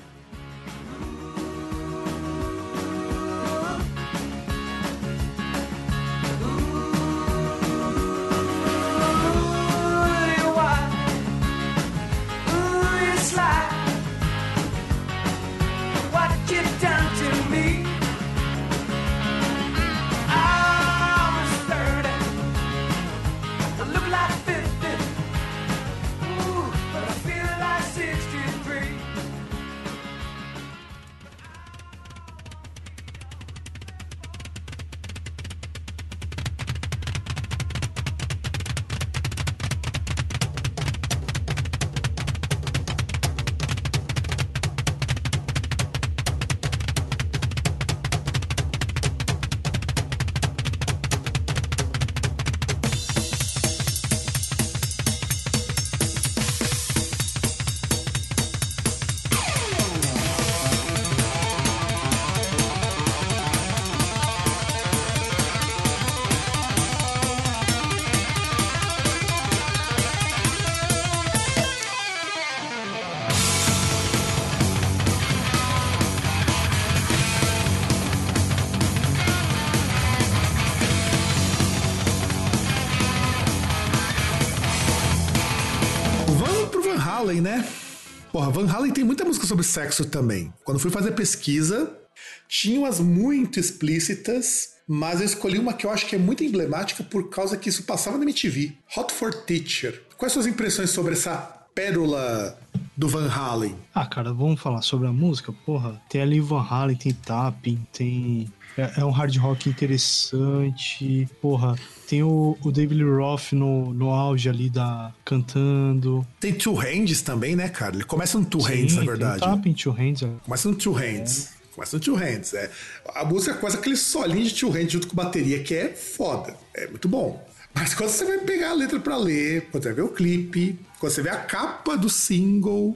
Vamos pro Van Halen, né? Porra, Van Halen tem muita música sobre sexo também. Quando fui fazer pesquisa, tinha umas muito explícitas, mas eu escolhi uma que eu acho que é muito emblemática por causa que isso passava na M T V. Hot for Teacher. Quais suas impressões sobre essa pérola do Van Halen? Ah, cara, vamos falar sobre a música? Porra, tem ali Van Halen, tem Tapping, tem... É, é um hard rock interessante. Porra, tem o, o David Lee Roth no, no auge ali da, cantando. Tem Two Hands também, né, cara? Ele começa no Two Sim, Hands, na tem verdade. o Tapping, Two Hands. é. Começa no Two Hands. Começa no Two Hands, é. A música começa aquele solinho de Two Hands junto com bateria, que é foda. É muito bom. Mas quando você vai pegar a letra pra ler, quando você vai ver o clipe, quando você vê a capa do single,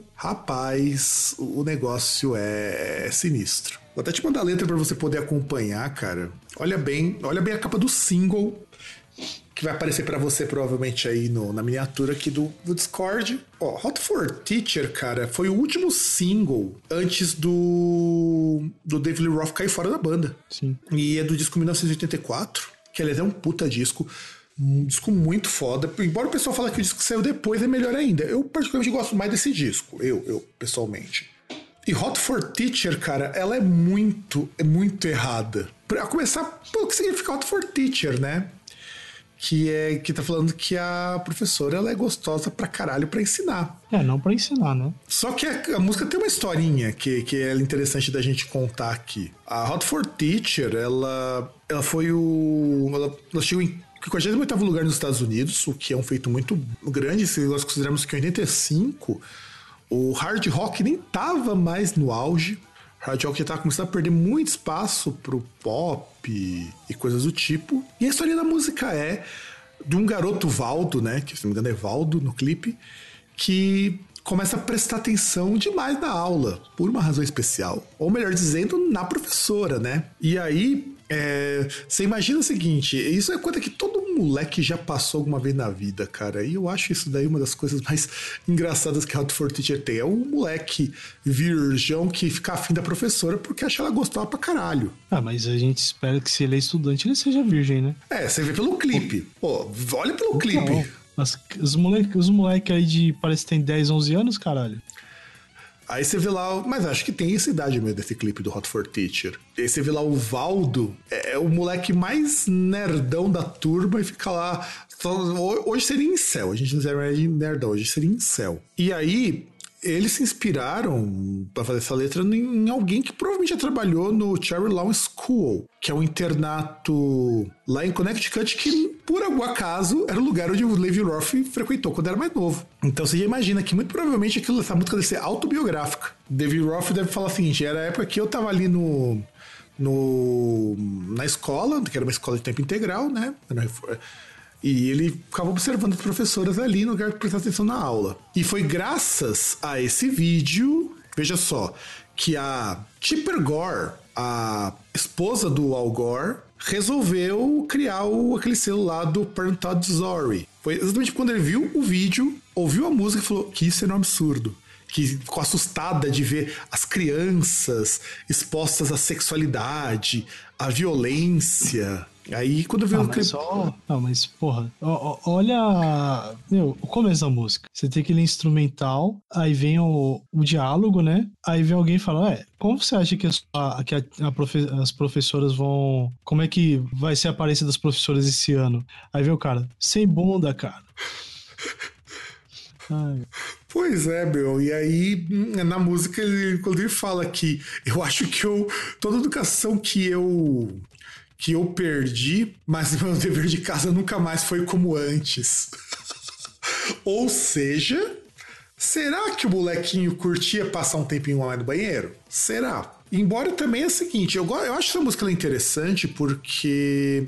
rapaz, o negócio é sinistro. Vou até te mandar a letra pra você poder acompanhar, cara. Olha bem, olha bem a capa do single, que vai aparecer pra você provavelmente aí no, na miniatura aqui do, do Discord. Ó, Hot for Teacher, cara, foi o último single antes do, do David Lee Roth cair fora da banda. Sim. E é do disco mil novecentos e oitenta e quatro, que ele é um puta disco. Um disco muito foda. Embora o pessoal fale que o disco que saiu depois é melhor ainda. Eu particularmente gosto mais desse disco. Eu, eu pessoalmente. E Hot for Teacher, cara, ela é muito, é muito errada. Pra começar, pô, o que significa Hot for Teacher, né? Que é que tá falando que a professora ela é gostosa pra caralho pra ensinar. É, não pra ensinar, né? Só que a, a música tem uma historinha que, que é interessante da gente contar aqui. A Hot for Teacher, ela, ela foi o... Ela, ela chegou em quinquagésimo oitavo lugar nos Estados Unidos, o que é um feito muito grande. Se nós considerarmos que em oitenta e cinco o hard rock nem tava mais no auge. O hard rock já tava começando a perder muito espaço pro pop e coisas do tipo. E a história da música é de um garoto Valdo, né? Que se não me engano é Valdo no clipe, que começa a prestar atenção demais na aula, por uma razão especial. Ou melhor dizendo, na professora, né? E aí, é, você imagina o seguinte, isso é coisa que todo moleque já passou alguma vez na vida, cara. E eu acho isso daí uma das coisas mais engraçadas que a Hot for Teacher tem. É um moleque virgão que fica afim da professora porque acha ela gostosa pra caralho. Ah, mas a gente espera que se ele é estudante, ele seja virgem, né? É, você vê pelo clipe. Pô, olha pelo clipe. Não, as- os moleques os moleque aí de... Parece que tem dez, onze anos, caralho. Aí você vê lá, mas acho que tem essa idade mesmo desse clipe do Hot for Teacher. E aí você vê lá o Valdo, é, é o moleque mais nerdão da turma e fica lá. Hoje seria incel, a gente não seria nerdão, hoje seria incel. E aí, eles se inspiraram para fazer essa letra em alguém que provavelmente já trabalhou no Cherry Lawn School, que é um internato lá em Connecticut que, por algum acaso, era o lugar onde o Levi Roth frequentou quando era mais novo. Então você já imagina que muito provavelmente aquilo, essa música deve ser autobiográfica. Levi Roth deve falar o seguinte, era a época que eu tava ali no, no na escola, que era uma escola de tempo integral, né? E ele ficava observando as professoras ali no lugar de prestar atenção na aula. E foi graças a esse vídeo, veja só, que a Tipper Gore, a esposa do Al Gore, resolveu criar o, aquele selo lá do Parent Advisory. Foi exatamente quando ele viu o vídeo, ouviu a música e falou que isso era um absurdo. Que ficou assustada de ver as crianças expostas à sexualidade, à violência. Aí quando veio ah, o clipe... Só... Não, mas porra, ó, ó, olha meu, o começo da música. Você tem aquele instrumental, aí vem o, o diálogo, né? Aí vem alguém e fala, é, como você acha que, a, que a, a profe, as professoras vão... Como é que vai ser a aparência das professoras esse ano? Aí vem o cara, sem bunda, cara. Ai... Pois é, meu, e aí na música ele, quando ele fala que eu acho que eu, toda educação que eu que eu perdi, mas meu dever de casa nunca mais foi como antes. Ou seja, será que o molequinho curtia passar um tempinho lá no banheiro? Será? Embora também é o seguinte, eu, eu acho essa música interessante porque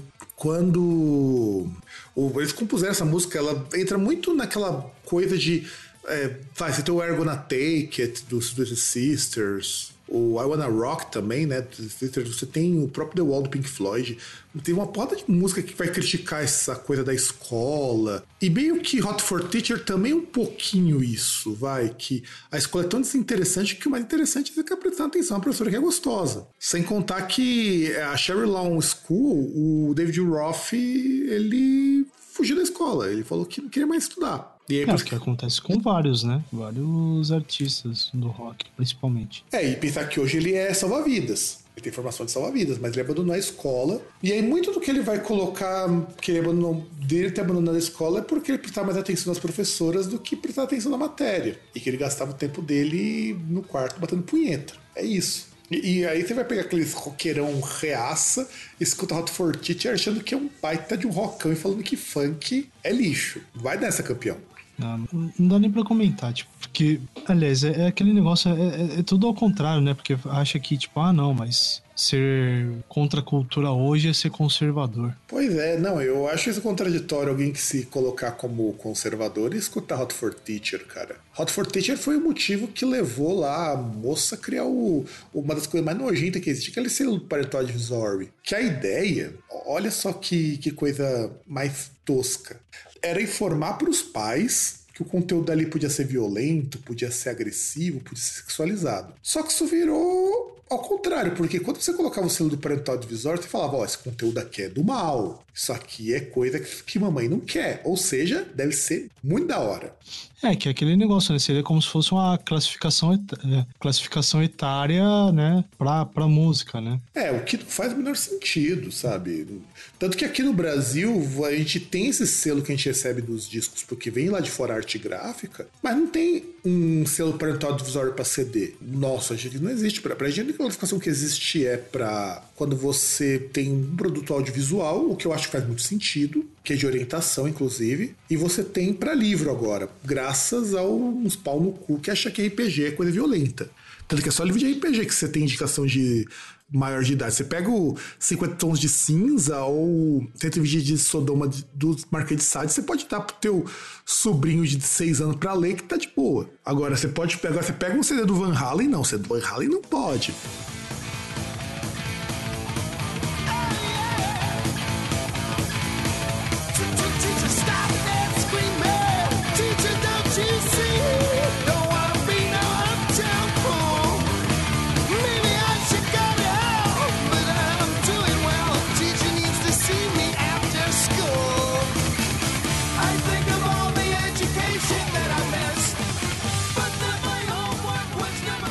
quando eles compuseram essa música, ela entra muito naquela coisa de É, vai, você tem o We're Gonna Take It dos Twisted Sisters, o I Wanna Rock também, né? Você tem o próprio The Wall do Pink Floyd. Tem uma porrada de música que vai criticar essa coisa da escola. E meio que Hot for Teacher também um pouquinho isso, vai. Que a escola é tão desinteressante que o mais interessante é ficar prestando atenção à professora que é gostosa. Sem contar que a Cherry Lawn School, o David Roth, ele fugiu da escola. Ele falou que não queria mais estudar. E aí, é o que acontece com vários, né? Vários artistas do rock, principalmente. É, e pensar que hoje ele é salva-vidas. Ele tem formação de salva-vidas, mas ele abandonou a escola. E aí muito do que ele vai colocar, que ele abandonou, dele ter abandonado a escola, é porque ele prestava mais atenção nas professoras do que prestar atenção na matéria. E que ele gastava o tempo dele no quarto batendo punheta. É isso. E, e aí você vai pegar aqueles roqueirão reaça, escuta Hot for Teacher achando que é um baita de um rockão e falando que funk é lixo. Vai nessa, campeão. Não, não dá nem pra comentar, tipo, porque, aliás, é, é aquele negócio, é, é, é tudo ao contrário, né? Porque acha que, tipo, ah, não, mas ser contra a cultura hoje é ser conservador. Pois é, não, eu acho isso contraditório alguém que se colocar como conservador e escutar Hot for Teacher, cara. Hot for Teacher foi o motivo que levou lá a moça a criar o, uma das coisas mais nojentas que existe, que é aquele Parental Advisory. Que a ideia, olha só que, que coisa mais tosca, era informar para os pais que o conteúdo dali podia ser violento, podia ser agressivo, podia ser sexualizado. Só que isso virou ao contrário, porque quando você colocava o selo do Parental Advisory, você falava, ó, oh, esse conteúdo aqui é do mal, isso aqui é coisa que, que mamãe não quer, ou seja, deve ser muito da hora. É, que é aquele negócio, né? Seria como se fosse uma classificação, et... classificação etária, né? Pra, pra música, né? É, o que não faz o menor sentido, sabe? Tanto que aqui no Brasil, a gente tem esse selo que a gente recebe dos discos, porque vem lá de fora a arte gráfica, mas não tem um selo Parental Advisory pra C D. Nossa, a gente não existe. Pra, pra gente, a única classificação que existe é pra quando você tem um produto audiovisual, o que eu acho que faz muito sentido, que é de orientação, inclusive, e você tem pra livro agora, graças a uns pau no cu que acha que R P G é coisa violenta. Tanto que é só livro de R P G que você tem indicação de maior de idade. Você pega o cinquenta tons de cinza ou cento e vinte de Sodoma do Marquês de Sade, você pode dar pro teu sobrinho de seis anos pra ler que tá de boa. Agora, você pode pegar, você pega um C D do Van Halen, não, C D do Van Halen não pode. But then my homework was never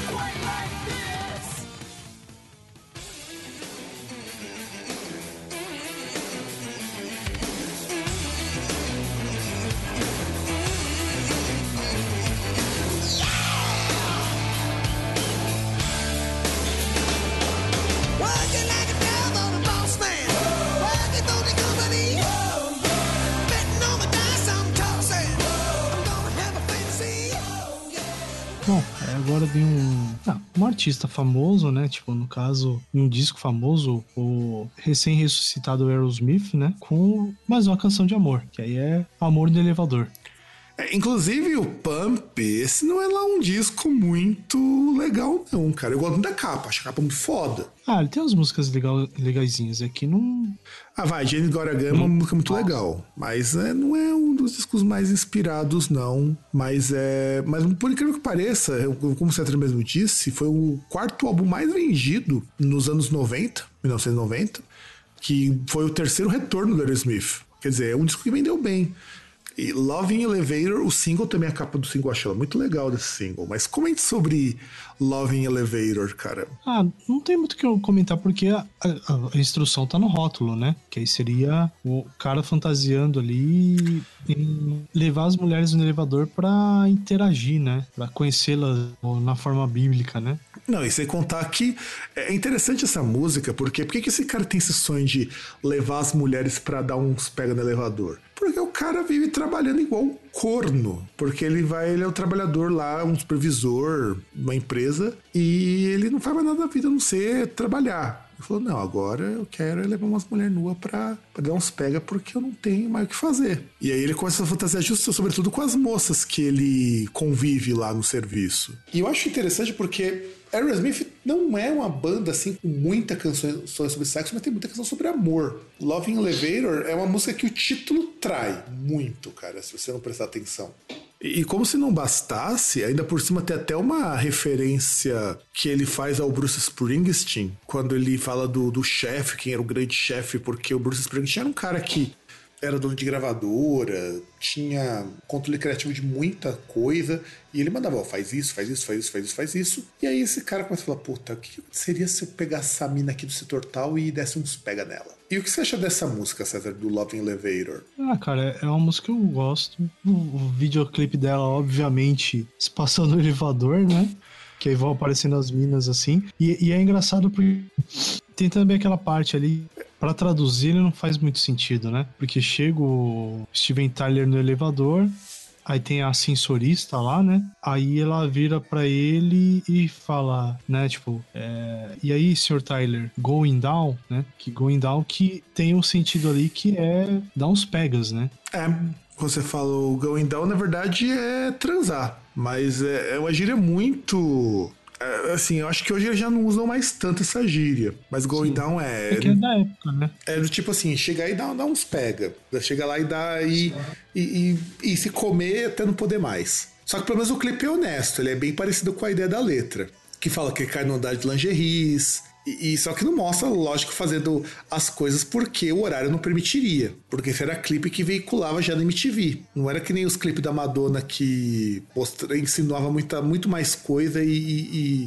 Bom, é, agora vem um, ah, um artista famoso, né? Tipo, no caso, um disco famoso, o recém-ressuscitado Aerosmith, né? Com mais uma canção de amor, que aí é Amor no Elevador. É, inclusive o Pump, esse não é lá um disco muito legal, não, cara. Eu gosto muito da capa, acho a capa muito foda. Ah, ele tem umas músicas legal, legaisinhas aqui, não... Ah, vai, Jane Goragama é uma música muito legal, mas é, não é um dos discos mais inspirados, não. Mas é. Mas por incrível que pareça, como o Cetro mesmo disse, foi o quarto álbum mais vendido nos anos noventa, mil novecentos e noventa, que foi o terceiro retorno do Aerosmith. Quer dizer, é um disco que vendeu bem. E Loving Elevator, o single também, a capa do single, eu acho ela muito legal desse single. Mas comente sobre Loving Elevator, cara. Ah, não tem muito o que eu comentar, porque a, a, a instrução tá no rótulo, né? Que aí seria o cara fantasiando ali em levar as mulheres no elevador pra interagir, né? Pra conhecê-las na forma bíblica, né? Não, e sem contar que é interessante essa música, porque por que esse cara tem esse sonho de levar as mulheres pra dar uns pega no elevador? Porque o cara vive trabalhando igual um corno. Porque ele vai, ele é um trabalhador lá, um supervisor, uma empresa, e ele não faz mais nada da vida a não ser trabalhar. Ele falou, não, agora eu quero levar umas mulheres nuas pra, pra dar uns pega porque eu não tenho mais o que fazer. E aí ele começa a fantasiar justo, sobretudo com as moças que ele convive lá no serviço. E eu acho interessante porque Aerosmith não é uma banda assim com muita canção sobre sexo, mas tem muita canção sobre amor. Loving Elevator é uma música que o título trai muito, cara, se você não prestar atenção. E como se não bastasse, ainda por cima tem até uma referência que ele faz ao Bruce Springsteen, quando ele fala do, do chefe, quem era o grande chefe, porque o Bruce Springsteen era um cara que era dono de gravadora, tinha controle criativo de muita coisa, e ele mandava, ó, faz isso, faz isso, faz isso, faz isso, faz isso. E aí esse cara começa a falar, puta, o que seria se eu pegasse essa mina aqui do setor tal e desse uns pega nela? E o que você acha dessa música, César, do Loving Elevator? Ah, cara, é uma música que eu gosto. O, o videoclipe dela, obviamente, se passando no elevador, né? Que aí vão aparecendo as minas assim. E, e é engraçado porque tem também aquela parte ali, pra traduzir ele não faz muito sentido, né? Porque chega o Steven Tyler no elevador, aí tem a ascensorista lá, né? Aí ela vira pra ele e fala, né? Tipo, é... e aí, senhor Tyler, going down, né? Que going down que tem um sentido ali que é dar uns pegas, né? É, você falou going down, na verdade é transar. Mas é, é uma gíria muito... É, assim, eu acho que hoje eles já não usam mais tanto essa gíria. Mas going Sim. down é... É que é da época, né? É do tipo assim, chegar e dar, dar uns pega. Chega lá e dar e, e, e, e se comer até não poder mais. Só que pelo menos o clipe é honesto. Ele é bem parecido com a ideia da letra. Que fala que ele cai no andar de lingeries... E, e só que não mostra, lógico, fazendo as coisas porque o horário não permitiria. Porque esse era clipe que veiculava já na M T V. Não era que nem os clipes da Madonna que mostra, insinuava muita, muito mais coisa e, e,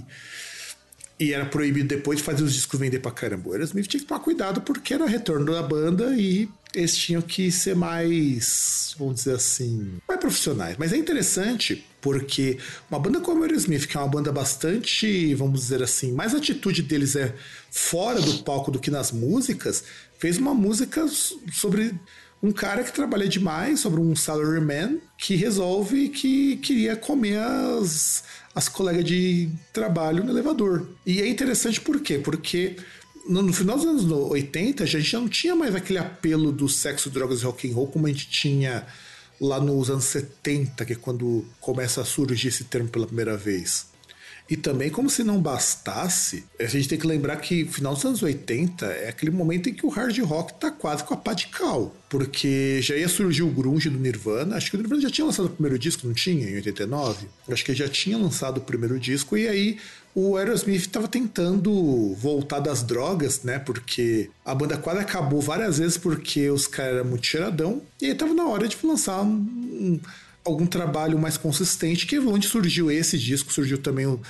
e era proibido depois de fazer os discos vender pra caramba. O Aerosmith tinha que tomar cuidado porque era retorno da banda e eles tinham que ser mais, vamos dizer assim, mais profissionais. Mas é interessante porque uma banda como a Aerosmith, que é uma banda bastante, vamos dizer assim, mais a atitude deles é fora do palco do que nas músicas, fez uma música sobre um cara que trabalha demais, sobre um salaryman que resolve que queria comer as, as colegas de trabalho no elevador. E é interessante por quê? Porque no, no final dos anos oitenta, a gente já não tinha mais aquele apelo do sexo, drogas e rock and roll como a gente tinha lá nos anos setenta, que é quando começa a surgir esse termo pela primeira vez. E também, como se não bastasse, a gente tem que lembrar que final dos anos oitenta é aquele momento em que o hard rock tá quase com a pá de cal. Porque já ia surgir o grunge do Nirvana. Acho que o Nirvana já tinha lançado o primeiro disco, não tinha? Em oitenta e nove? Acho que já tinha lançado o primeiro disco. E aí o Aerosmith estava tentando voltar das drogas, né? Porque a banda quase acabou várias vezes porque os caras eram muito cheiradão. E aí tava na hora de lançar um... um algum trabalho mais consistente, que é onde surgiu esse disco, surgiu também o,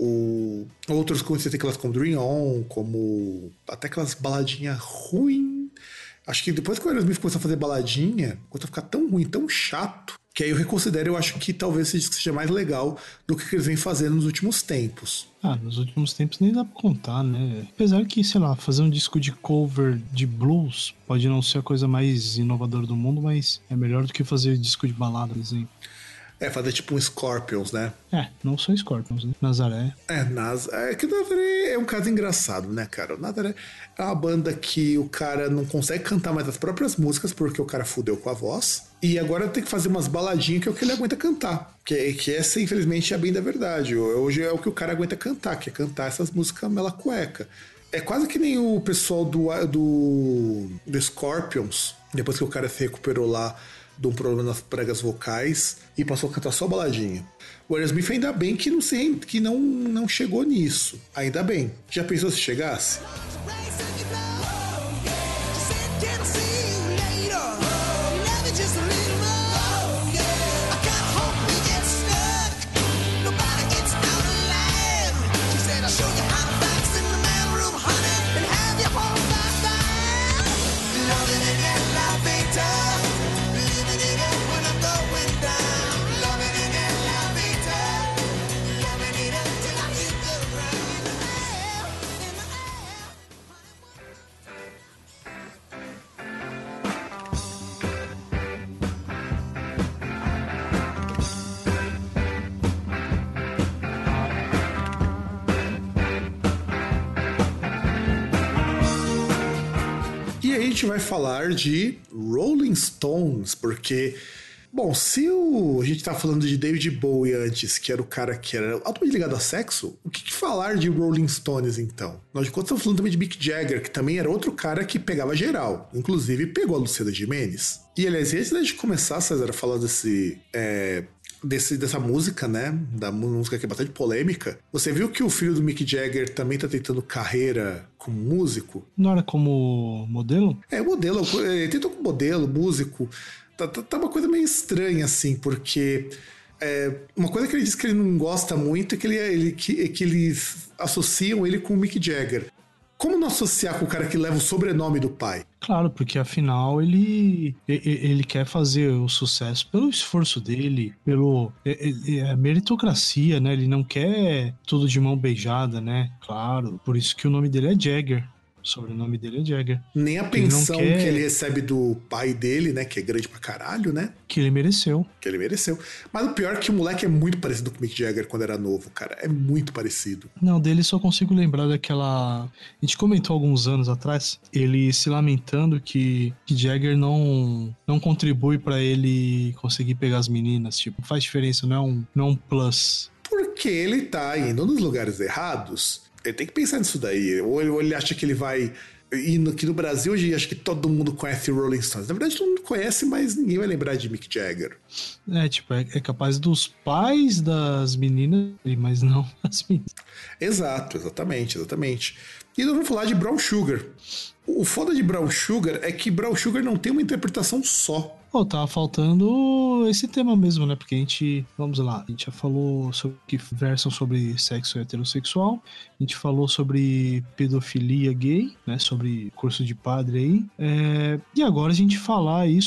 o outros, como você tem aquelas como Dream On, como até aquelas baladinhas ruins. Acho que depois que o Aerosmith começou a fazer baladinha, começou a ficar tão ruim, tão chato, que aí eu reconsidero, eu acho que talvez esse disco seja mais legal do que eles vêm fazendo nos últimos tempos. Ah, nos últimos tempos nem dá pra contar, né? Apesar que, sei lá, fazer um disco de cover de blues pode não ser a coisa mais inovadora do mundo, mas é melhor do que fazer disco de balada, por exemplo. É, fazer tipo um Scorpions, né? É, não são Scorpions, né? Nazaré. É, Nas... é que o Nazaré é um caso engraçado, né, cara? O Nazaré é uma banda que o cara não consegue cantar mais as próprias músicas porque o cara fudeu com a voz. E agora tem que fazer umas baladinhas que é o que ele aguenta cantar. Que, que essa, infelizmente, é bem da verdade. Hoje é o que o cara aguenta cantar, que é cantar essas músicas mela cueca. É quase que nem o pessoal do, do, do Scorpions, depois que o cara se recuperou lá de um problema nas pregas vocais e passou a cantar só baladinha. O Aerosmith ainda bem que não, se, que não, não chegou nisso. Ainda bem. Já pensou se chegasse? E aí a gente vai falar de Rolling Stones, porque, bom, se o, a gente tá falando de David Bowie antes, que era o cara que era altamente ligado a sexo, o que, que falar de Rolling Stones então? Nós de contas estamos falando também de Mick Jagger, que também era outro cara que pegava geral, inclusive pegou a Luciana Gimenez. E aliás, antes de começar, César, a falar desse... É, Desse, dessa música, né? Da música que é bastante polêmica. Você viu que o filho do Mick Jagger também tá tentando carreira como músico? Não era como modelo? É, modelo. Ele tentou como modelo, músico. Tá, tá, tá uma coisa meio estranha, assim, porque... É, uma coisa que ele diz que ele não gosta muito é que, ele, ele, que, que eles associam ele com o Mick Jagger. Como não associar com o cara que leva o sobrenome do pai? Claro, porque afinal ele, ele quer fazer o sucesso pelo esforço dele, pelo é, é, meritocracia, né? Ele não quer tudo de mão beijada, né? Claro, por isso que o nome dele é Jagger. O sobrenome dele é Jagger. Nem a pensão quer... que ele recebe do pai dele, né? Que é grande pra caralho, né? Que ele mereceu. Que ele mereceu. Mas o pior é que o moleque é muito parecido com o Mick Jagger quando era novo, cara. É muito parecido. Não, dele só consigo lembrar daquela... A gente comentou alguns anos atrás, ele se lamentando que, que Jagger não, não contribui pra ele conseguir pegar as meninas. Tipo, faz diferença, não é um, não é um plus. Porque ele tá indo nos lugares errados. Ele tem que pensar nisso daí. Ou ele, ou ele acha que ele vai... E aqui no Brasil, hoje, acho que todo mundo conhece o Rolling Stones. Na verdade, todo mundo conhece, mas ninguém vai lembrar de Mick Jagger. É, tipo, é, é capaz dos pais das meninas, mas não as meninas. Exato, exatamente, exatamente. E nós vamos falar de Brown Sugar. O foda de Brown Sugar é que Brown Sugar não tem uma interpretação só. Pô, tava faltando esse tema mesmo, né? Porque a gente, vamos lá, a gente já falou sobre que versam sobre sexo heterossexual, a gente falou sobre pedofilia gay, né? Sobre curso de padre aí. É, e agora a gente falar aí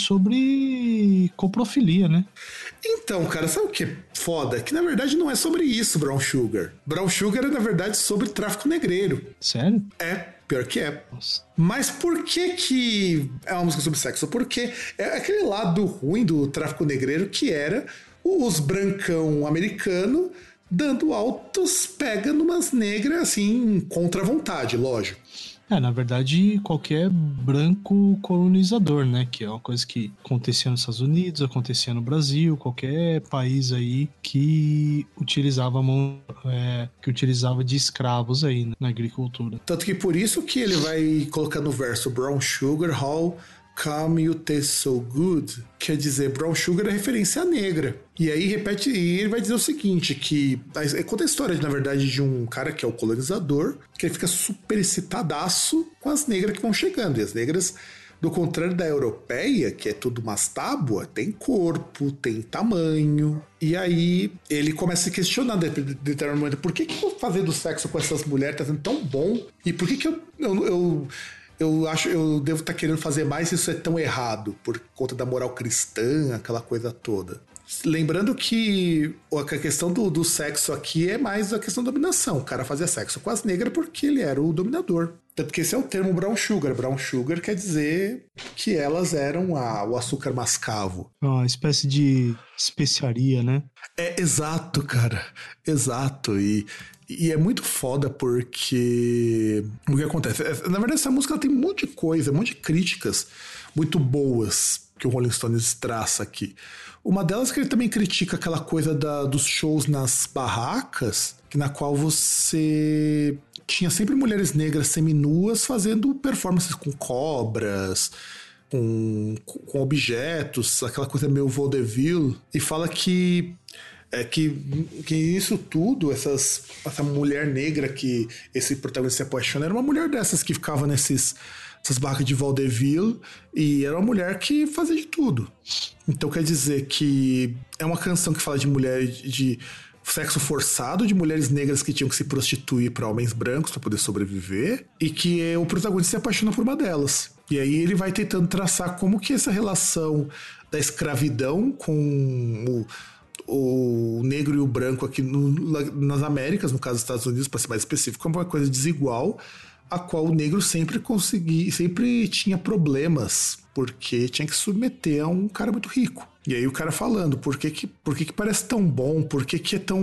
sobre coprofilia, né? Então, cara, sabe o que é foda? Que na verdade não é sobre isso, Brown Sugar. Brown Sugar é, na verdade, sobre tráfico negreiro. Sério? É. Pior que é. Nossa. Mas por que que é uma música sobre sexo? Porque é aquele lado ruim do tráfico negreiro que era os brancão americano dando altos pega numas negras assim, contra a vontade, lógico. É, na verdade, qualquer branco colonizador, né? Que é uma coisa que acontecia nos Estados Unidos, acontecia no Brasil, qualquer país aí que utilizava mão, é, que utilizava de escravos aí, né, na agricultura. Tanto que por isso que ele vai colocar no verso Brown Sugar, how come you taste so good? Quer dizer, Brown Sugar é referência à negra. E aí repete, e ele vai dizer o seguinte, que conta a história, na verdade, de um cara que é o colonizador, que ele fica super excitadaço com as negras que vão chegando. E as negras, do contrário da europeia, que é tudo umas tábuas, tem corpo, tem tamanho. E aí ele começa a se questionar de determinado momento, por que que eu vou fazer do sexo com essas mulheres tá sendo tão bom? E por que que eu... eu, eu Eu acho eu devo estar querendo fazer mais, isso é tão errado, por conta da moral cristã, aquela coisa toda. Lembrando que a questão do, do sexo aqui é mais a questão da dominação. O cara fazia sexo com as negras porque ele era o dominador. Tanto que esse é o termo brown sugar. Brown sugar quer dizer que elas eram a, o açúcar mascavo. Uma espécie de especiaria, né? É, exato, cara. Exato. E, e é muito foda porque o que acontece? Na verdade, essa música ela tem um monte de coisa, um monte de críticas muito boas que o Rolling Stones traça aqui. Uma delas é que ele também critica aquela coisa da, dos shows nas barracas, na qual você tinha sempre mulheres negras seminuas fazendo performances com cobras, com, com objetos, aquela coisa meio vaudeville, e fala que é que, que isso tudo, essas, essa mulher negra que esse protagonista se apaixona, era uma mulher dessas que ficava nesses essas barracas de vaudeville, e era uma mulher que fazia de tudo. Então quer dizer que é uma canção que fala de mulher de sexo forçado, de mulheres negras que tinham que se prostituir para homens brancos para poder sobreviver, e que o protagonista se apaixona por uma delas. E aí ele vai tentando traçar como que essa relação da escravidão com o, o negro e o branco aqui no, nas Américas, no caso dos Estados Unidos, para ser mais específico, é uma coisa desigual, a qual o negro sempre conseguia, sempre tinha problemas, porque tinha que submeter a um cara muito rico. E aí o cara falando, por que que, por que, que parece tão bom, por que que é tão...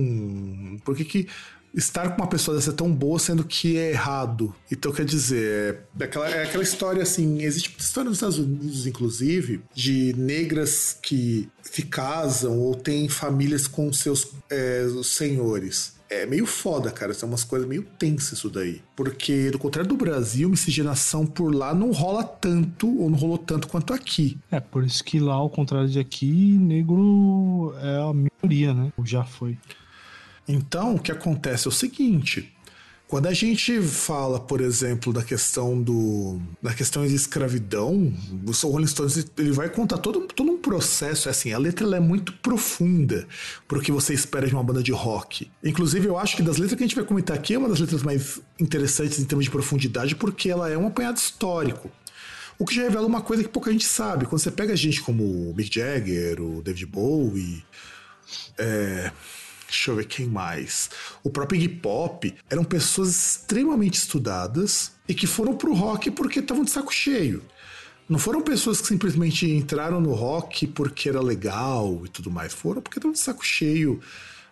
por que que estar com uma pessoa dessa é tão boa, sendo que é errado? Então quer dizer, é aquela, é aquela história assim, existe uma história nos Estados Unidos, inclusive, de negras que se casam ou têm famílias com seus é, senhores. É meio foda, cara. São umas coisas meio tensas isso daí. Porque, do contrário do Brasil, miscigenação por lá não rola tanto, ou não rolou tanto quanto aqui. É, por isso que lá, ao contrário de aqui, negro é a minoria, né? Ou já foi. Então, o que acontece é o seguinte... Quando a gente fala, por exemplo, da questão do da questão de escravidão, o Rolling Stones ele vai contar todo, todo um processo, é assim, a letra ela é muito profunda para o que você espera de uma banda de rock. Inclusive, eu acho que das letras que a gente vai comentar aqui é uma das letras mais interessantes em termos de profundidade, porque ela é um apanhado histórico. O que já revela uma coisa que pouca gente sabe. Quando você pega gente como o Mick Jagger, o David Bowie, é... deixa eu ver quem mais. O próprio Iggy Pop eram pessoas extremamente estudadas e que foram pro rock porque estavam de saco cheio. Não foram pessoas que simplesmente entraram no rock porque era legal e tudo mais. Foram porque estavam de saco cheio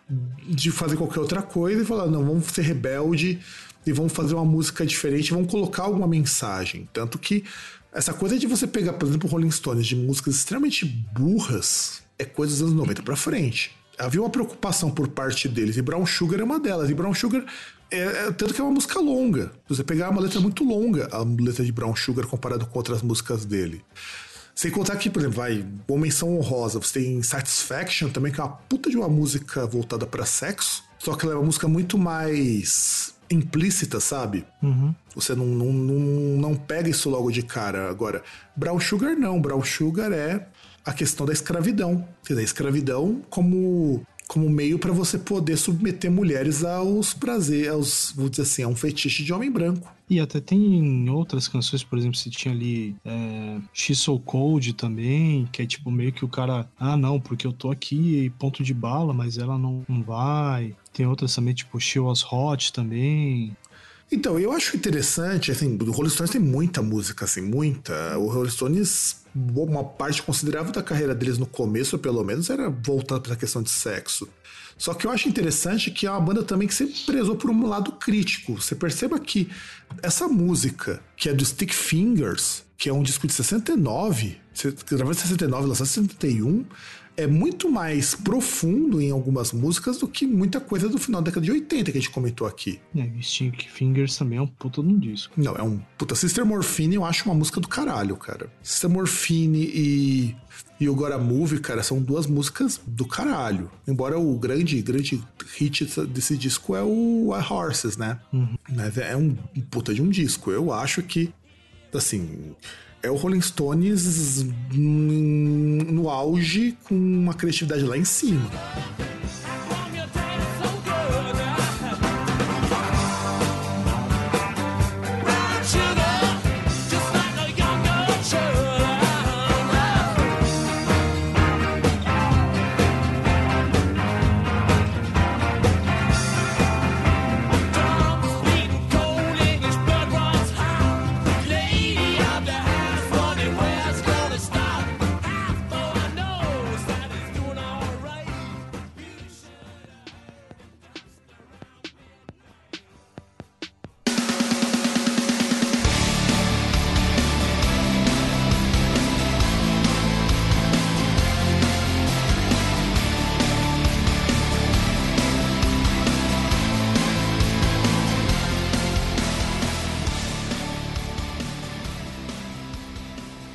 de fazer qualquer outra coisa e falaram, não, vamos ser rebelde e vamos fazer uma música diferente, vamos colocar alguma mensagem. Tanto que essa coisa de você pegar, por exemplo, Rolling Stones, de músicas extremamente burras, é coisa dos anos noventa pra frente. Havia uma preocupação por parte deles, e Brown Sugar é uma delas. E Brown Sugar, é, é, tanto que é uma música longa. Você pegar uma letra muito longa, a letra de Brown Sugar comparado com outras músicas dele. Sem contar que, por exemplo, vai, uma menção honrosa, você tem Satisfaction também, que é uma puta de uma música voltada pra sexo, só que ela é uma música muito mais implícita, sabe? Uhum. Você não, não, não, não pega isso logo de cara. Agora, Brown Sugar não. Brown Sugar é a questão da escravidão. Da escravidão como, como meio para você poder submeter mulheres aos prazeres, aos, vou dizer assim, a um fetiche de homem branco. E até tem outras canções, por exemplo, você tinha ali é, She's So Cold também, que é tipo meio que o cara, ah não, porque eu tô aqui ponto de bala, mas ela não, não vai. Tem outras também, tipo She Was Hot também. Então, eu acho interessante, assim, o Rolling Stones tem muita música, assim, muita. O Rolling Stones, uma parte considerável da carreira deles no começo, pelo menos, era voltando para a questão de sexo. Só que eu acho interessante que é uma banda também que sempre prezou por um lado crítico. Você perceba que essa música, que é do Stick Fingers, que é um disco de sessenta e nove, gravado em sessenta e nove, lançado em sessenta e um, é muito mais profundo em algumas músicas do que muita coisa do final da década de oitenta que a gente comentou aqui. É, Stick Fingers também é um puta de um disco. Não, é um puta. Sister Morphine eu acho uma música do caralho, cara. Sister Morphine e e o Gotta Move, cara, são duas músicas do caralho. Embora o grande, grande hit desse disco é o I Horses, né? Uhum. Mas é um puta de um disco. Eu acho que, assim, é o Rolling Stones no auge com uma criatividade lá em cima.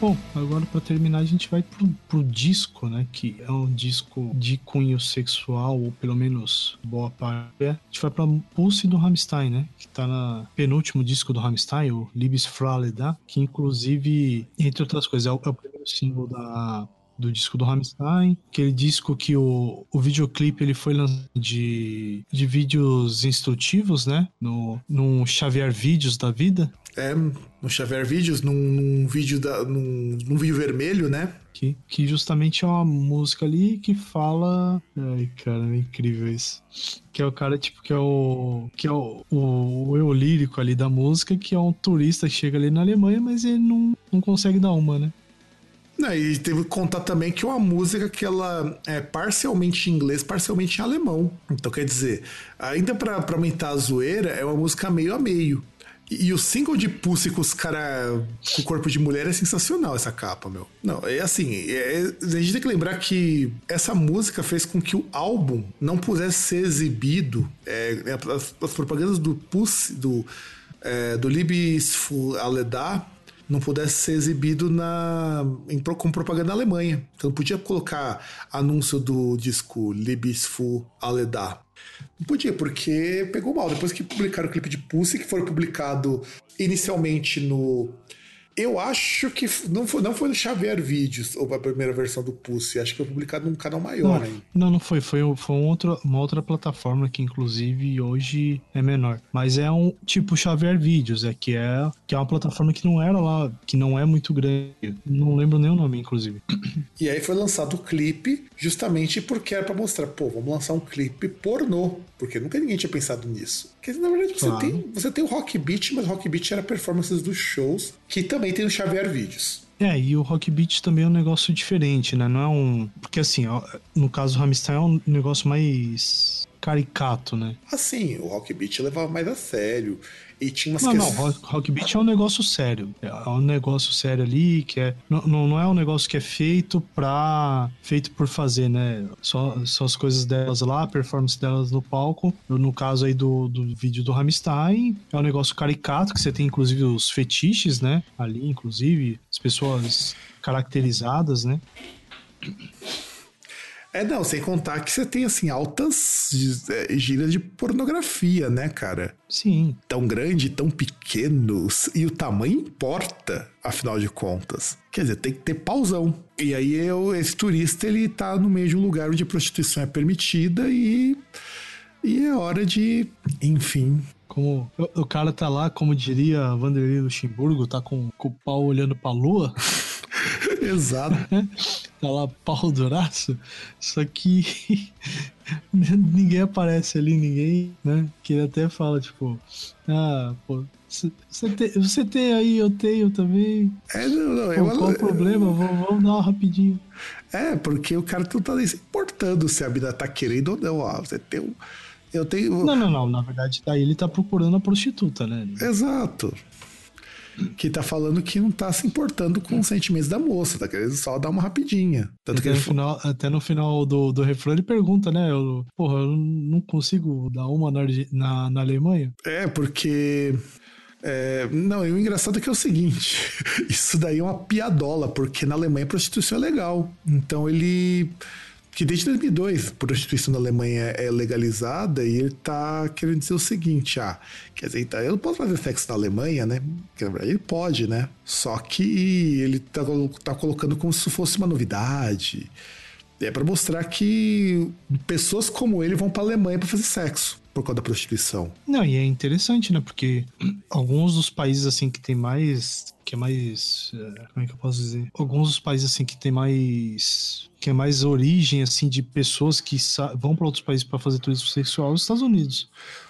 Bom, agora pra terminar a gente vai pro, pro disco, né? Que é um disco de cunho sexual, ou pelo menos boa parte. A gente vai pra Pulse do Rammstein, né? Que tá na penúltimo disco do Rammstein, o Liebesfraue da, que inclusive, entre outras coisas, é o, é o primeiro single da... do disco do Rammstein, aquele disco que o, o videoclipe ele foi lançado de, de vídeos instrutivos, né, no, num Xavier Vídeos da vida. É, no Xavier Vídeos, num, num vídeo da, num, num vídeo vermelho, né? Que, que justamente é uma música ali que fala... Ai, cara, é incrível isso. Que é o cara, tipo, que é o... Que é o, o, o eu lírico ali da música, que é um turista que chega ali na Alemanha, mas ele não, não consegue dar uma, né? Não, e teve que contar também que é uma música que ela é parcialmente em inglês, parcialmente em alemão. Então, quer dizer, ainda pra, pra aumentar a zoeira, é uma música meio a meio. E, e o single de Pussy com os caras com o corpo de mulher é sensacional, essa capa, meu. Não, é assim, é, a gente tem que lembrar que essa música fez com que o álbum não pudesse ser exibido. É, as, as propagandas do Pussy, do, é, do Liebesfraue Aleda, não pudesse ser exibido na, em, com propaganda na Alemanha. Então não podia colocar anúncio do disco Liebesfraue Aleda. Não podia, porque pegou mal. Depois que publicaram o clipe de Pussy, que foi publicado inicialmente no... Eu acho que não foi, não foi no Xavier Vídeos, ou a primeira versão do Pussy. Acho que foi publicado num canal maior não, ainda. Não, não foi. Foi, foi um outro, uma outra plataforma que, inclusive, hoje é menor. Mas é um tipo Xavier Vídeos, é que é, que é uma plataforma que não era lá, que não é muito grande. Não lembro nem o nome, inclusive. E aí foi lançado o clipe, justamente porque era pra mostrar, pô, vamos lançar um clipe pornô. Porque nunca ninguém tinha pensado nisso. Porque, na verdade, você, claro. tem, você tem o Rock Beat, mas o Rock Beat era performances dos shows, que também tem no Xavier Vídeos. É, e o Rock Beat também é um negócio diferente, né? Não é um... Porque, assim, ó, no caso do Rammstein é um negócio mais caricato, né? Assim, o Rock Beat levava mais a sério. E tinha umas não, questões... não, rock, rock Beat é um negócio sério. É um negócio sério ali, que é... Não, não é um negócio que é feito pra... Feito por fazer, né? Só, só as coisas delas lá, a performance delas no palco. No caso aí do, do vídeo do Rammstein, é um negócio caricato, que você tem inclusive os fetiches, né? Ali, inclusive, as pessoas caracterizadas, né? É, não, sem contar que você tem, assim, altas gírias de pornografia, né, cara? Sim. Tão grande, tão pequenos, e o tamanho importa, afinal de contas. Quer dizer, tem que ter pauzão. E aí eu, esse turista, ele tá no meio de um lugar onde a prostituição é permitida e, e é hora de, enfim... Como o, o cara tá lá, como diria Vanderlei Luxemburgo, tá com, com o pau olhando pra lua... Exato. Tá lá, pau duraço. Só que ninguém aparece ali, ninguém, né? Que ele até fala, tipo, ah, pô, você tem, você tem aí, eu tenho também. É, não, não. Pô, eu, qual o problema? Eu... Vamos, vamos dar uma rapidinho. É, porque o cara não tá nem se importando se a mina tá querendo ou não. Ó, você tem um. Eu tenho. Não, não, não. Na verdade, daí ele tá procurando a prostituta, né? Exato. Que tá falando que não tá se importando com os sentimentos da moça, tá querendo só dar uma rapidinha. Tanto até, que no ele... final, até no final do, do refrão ele pergunta, né? Eu, porra, eu não consigo dar uma na, na, na Alemanha? É, porque... É, não, e o engraçado é que é o seguinte, isso daí é uma piadola, porque na Alemanha a prostituição é legal. Então ele... Que desde dois mil e dois a prostituição na Alemanha é legalizada e ele tá querendo dizer o seguinte, ah, quer dizer, então, eu não posso fazer sexo na Alemanha, né? Porque na verdade ele pode, né? Só que ele tá, tá colocando como se fosse uma novidade. É para mostrar que pessoas como ele vão pra Alemanha para fazer sexo por causa da prostituição. Não, e é interessante, né? Porque alguns dos países, assim, que tem mais... Que é mais... Como é que eu posso dizer? Alguns dos países, assim, que tem mais... Que é mais origem, assim, de pessoas que vão para outros países para fazer turismo sexual, os Estados Unidos.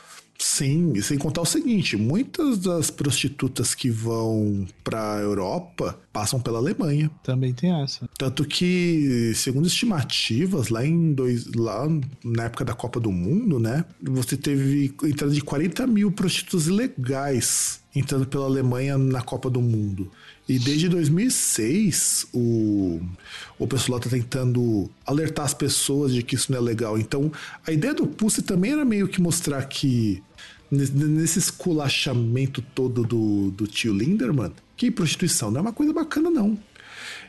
Sim, e sem contar o seguinte, muitas das prostitutas que vão pra Europa passam pela Alemanha. Também tem essa. Tanto que, segundo estimativas, lá, em dois, lá na época da Copa do Mundo, né, você teve entrada de quarenta mil prostitutas ilegais entrando pela Alemanha na Copa do Mundo. E desde dois mil e seis, o, o pessoal está tentando alertar as pessoas de que isso não é legal. Então, a ideia do Pussy também era meio que mostrar que, nesse esculachamento todo do, do tio Lindemann, que prostituição não é uma coisa bacana, não.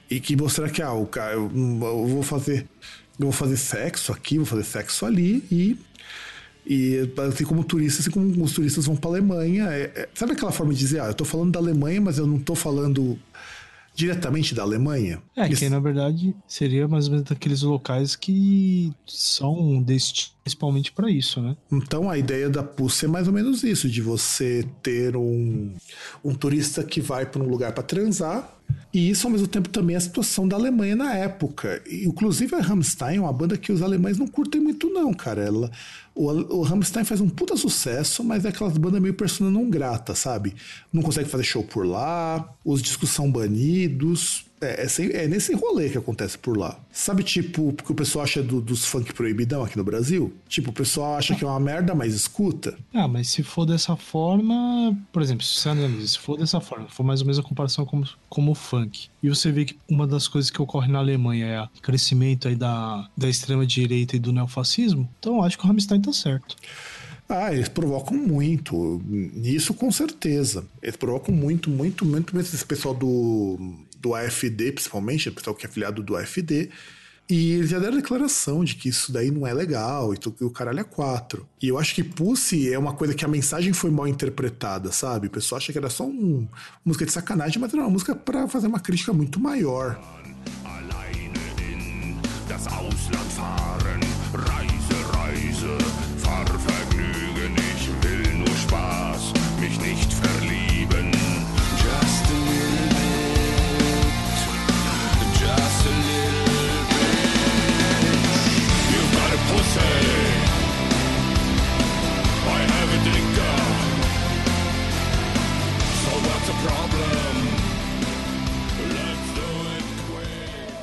E que mostrar que, ah, o cara, eu, eu vou fazer. Eu vou fazer sexo aqui, vou fazer sexo ali e. E assim como turistas, assim como os turistas vão pra Alemanha. É, é, sabe aquela forma de dizer, ah, eu tô falando da Alemanha, mas eu não tô falando diretamente da Alemanha? É, Isso. que na verdade seria mais ou menos daqueles locais que são destinados principalmente para isso, né? Então a ideia da P U S é mais ou menos isso, de você ter um, um turista que vai para um lugar para transar, e isso ao mesmo tempo também é a situação da Alemanha na época. E, inclusive a Rammstein é uma banda que os alemães não curtem muito não, cara. Ela, o, o Rammstein faz um puta sucesso, mas é aquelas bandas meio persona não grata, sabe? Não consegue fazer show por lá, os discos são banidos. É, é, é nesse rolê que acontece por lá. Sabe, tipo, o que o pessoal acha do, dos funk proibidão aqui no Brasil? Tipo, o pessoal acha que é uma merda, mas escuta. Ah, mas se for dessa forma, por exemplo, se você analisa, se for dessa forma, for mais ou menos a comparação como, como o funk, e você vê que uma das coisas que ocorre na Alemanha é o crescimento aí da, da extrema-direita e do neofascismo, então eu acho que o Rammstein tá certo. Ah, eles provocam muito. Isso com certeza. Eles provocam muito, muito, muito mesmo esse pessoal do, do A F D, principalmente, o pessoal que é afiliado do A F D. E eles já deram declaração de que isso daí não é legal e que o caralho é quatro. E eu acho que Pussy é uma coisa que a mensagem foi mal interpretada, sabe? O pessoal acha que era só um, uma música de sacanagem, mas era uma música pra fazer uma crítica muito maior. Das Ausland fahren, Reise, Reise, Fahrvergnügen, ich will nur Spaß, mich nicht verlieben. Just a little bit, just a little bit. You've got a pussy, I have a drinker. So what's the problem? Let's do it quick.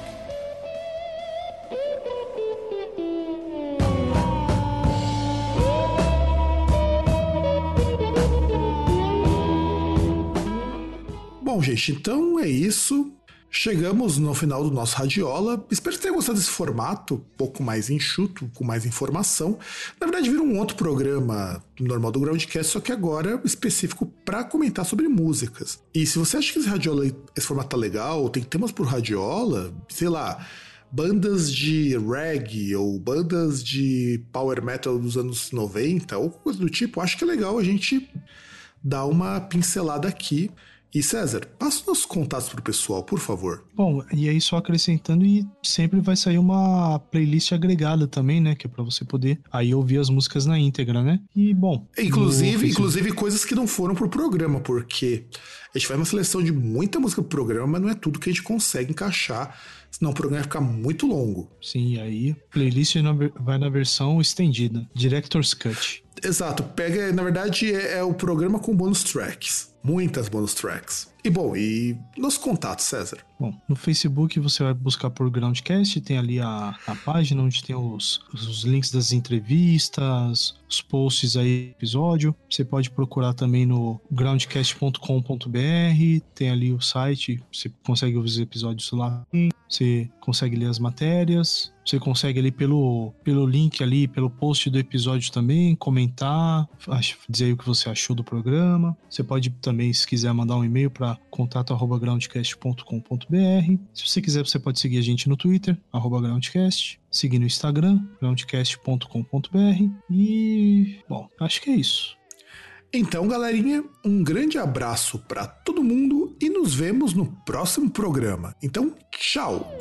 Bom, gente, então é isso. Chegamos no final do nosso Radiola. Espero que tenham gostado desse formato, um pouco mais enxuto, com mais informação. Na verdade, vira um outro programa normal do Groundcast, só que agora específico para comentar sobre músicas. E se você acha que esse Radiola, esse formato tá legal, tem temas por Radiola, sei lá, bandas de reggae ou bandas de power metal dos anos noventa, ou coisa do tipo, acho que é legal a gente dar uma pincelada aqui. E César, passa os nossos contatos pro pessoal, por favor. Bom, e aí só acrescentando, e sempre vai sair uma playlist agregada também, né? Que é pra você poder aí ouvir as músicas na íntegra, né? E, bom... Inclusive, inclusive coisas que não foram pro programa, porque a gente faz uma seleção de muita música pro programa, mas não é tudo que a gente consegue encaixar, senão o programa vai ficar muito longo. Sim, e aí playlist vai na versão estendida, Director's Cut. Exato, pega, na verdade, é, é o programa com bônus tracks. Muitas bônus tracks. E bom, e nos contatos, César? Bom, no Facebook você vai buscar por Groundcast, tem ali a, a página onde tem os, os links das entrevistas, os posts aí do episódio. Você pode procurar também no groundcast ponto com ponto b r, tem ali o site, você consegue ouvir os episódios lá, você consegue ler as matérias, você consegue ali pelo, pelo link ali, pelo post do episódio também, comentar, dizer aí o que você achou do programa. Você pode também, se quiser, mandar um e-mail para contato arroba groundcast ponto com ponto b r. Se você quiser, você pode seguir a gente no Twitter, arroba groundcast, seguir no Instagram, groundcast ponto com ponto b r. E, bom, acho que é isso. Então, galerinha, um grande abraço para todo mundo e nos vemos no próximo programa. Então, tchau!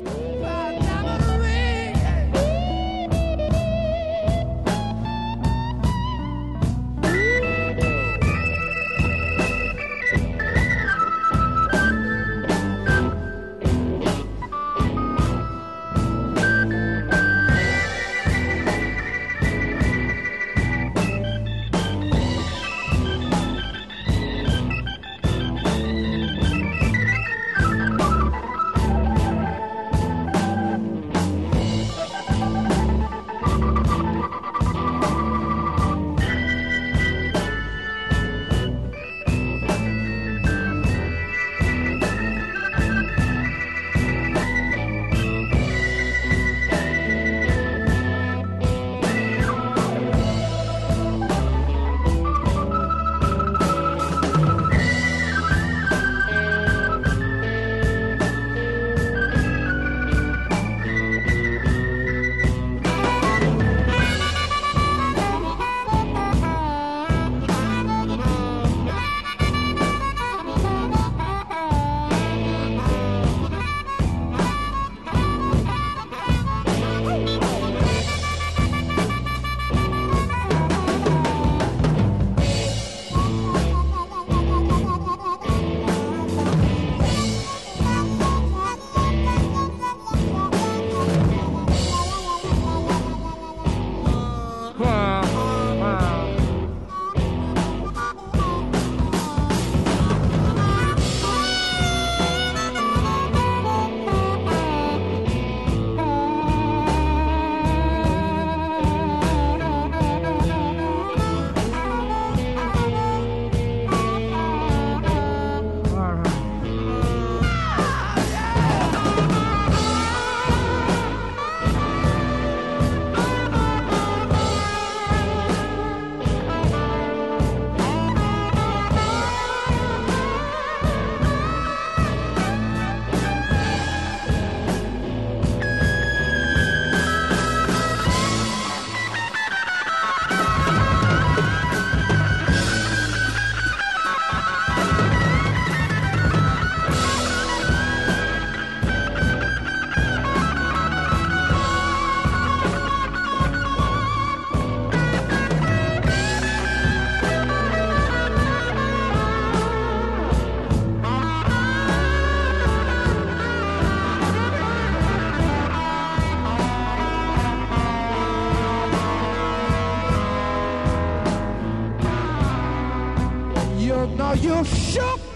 you shook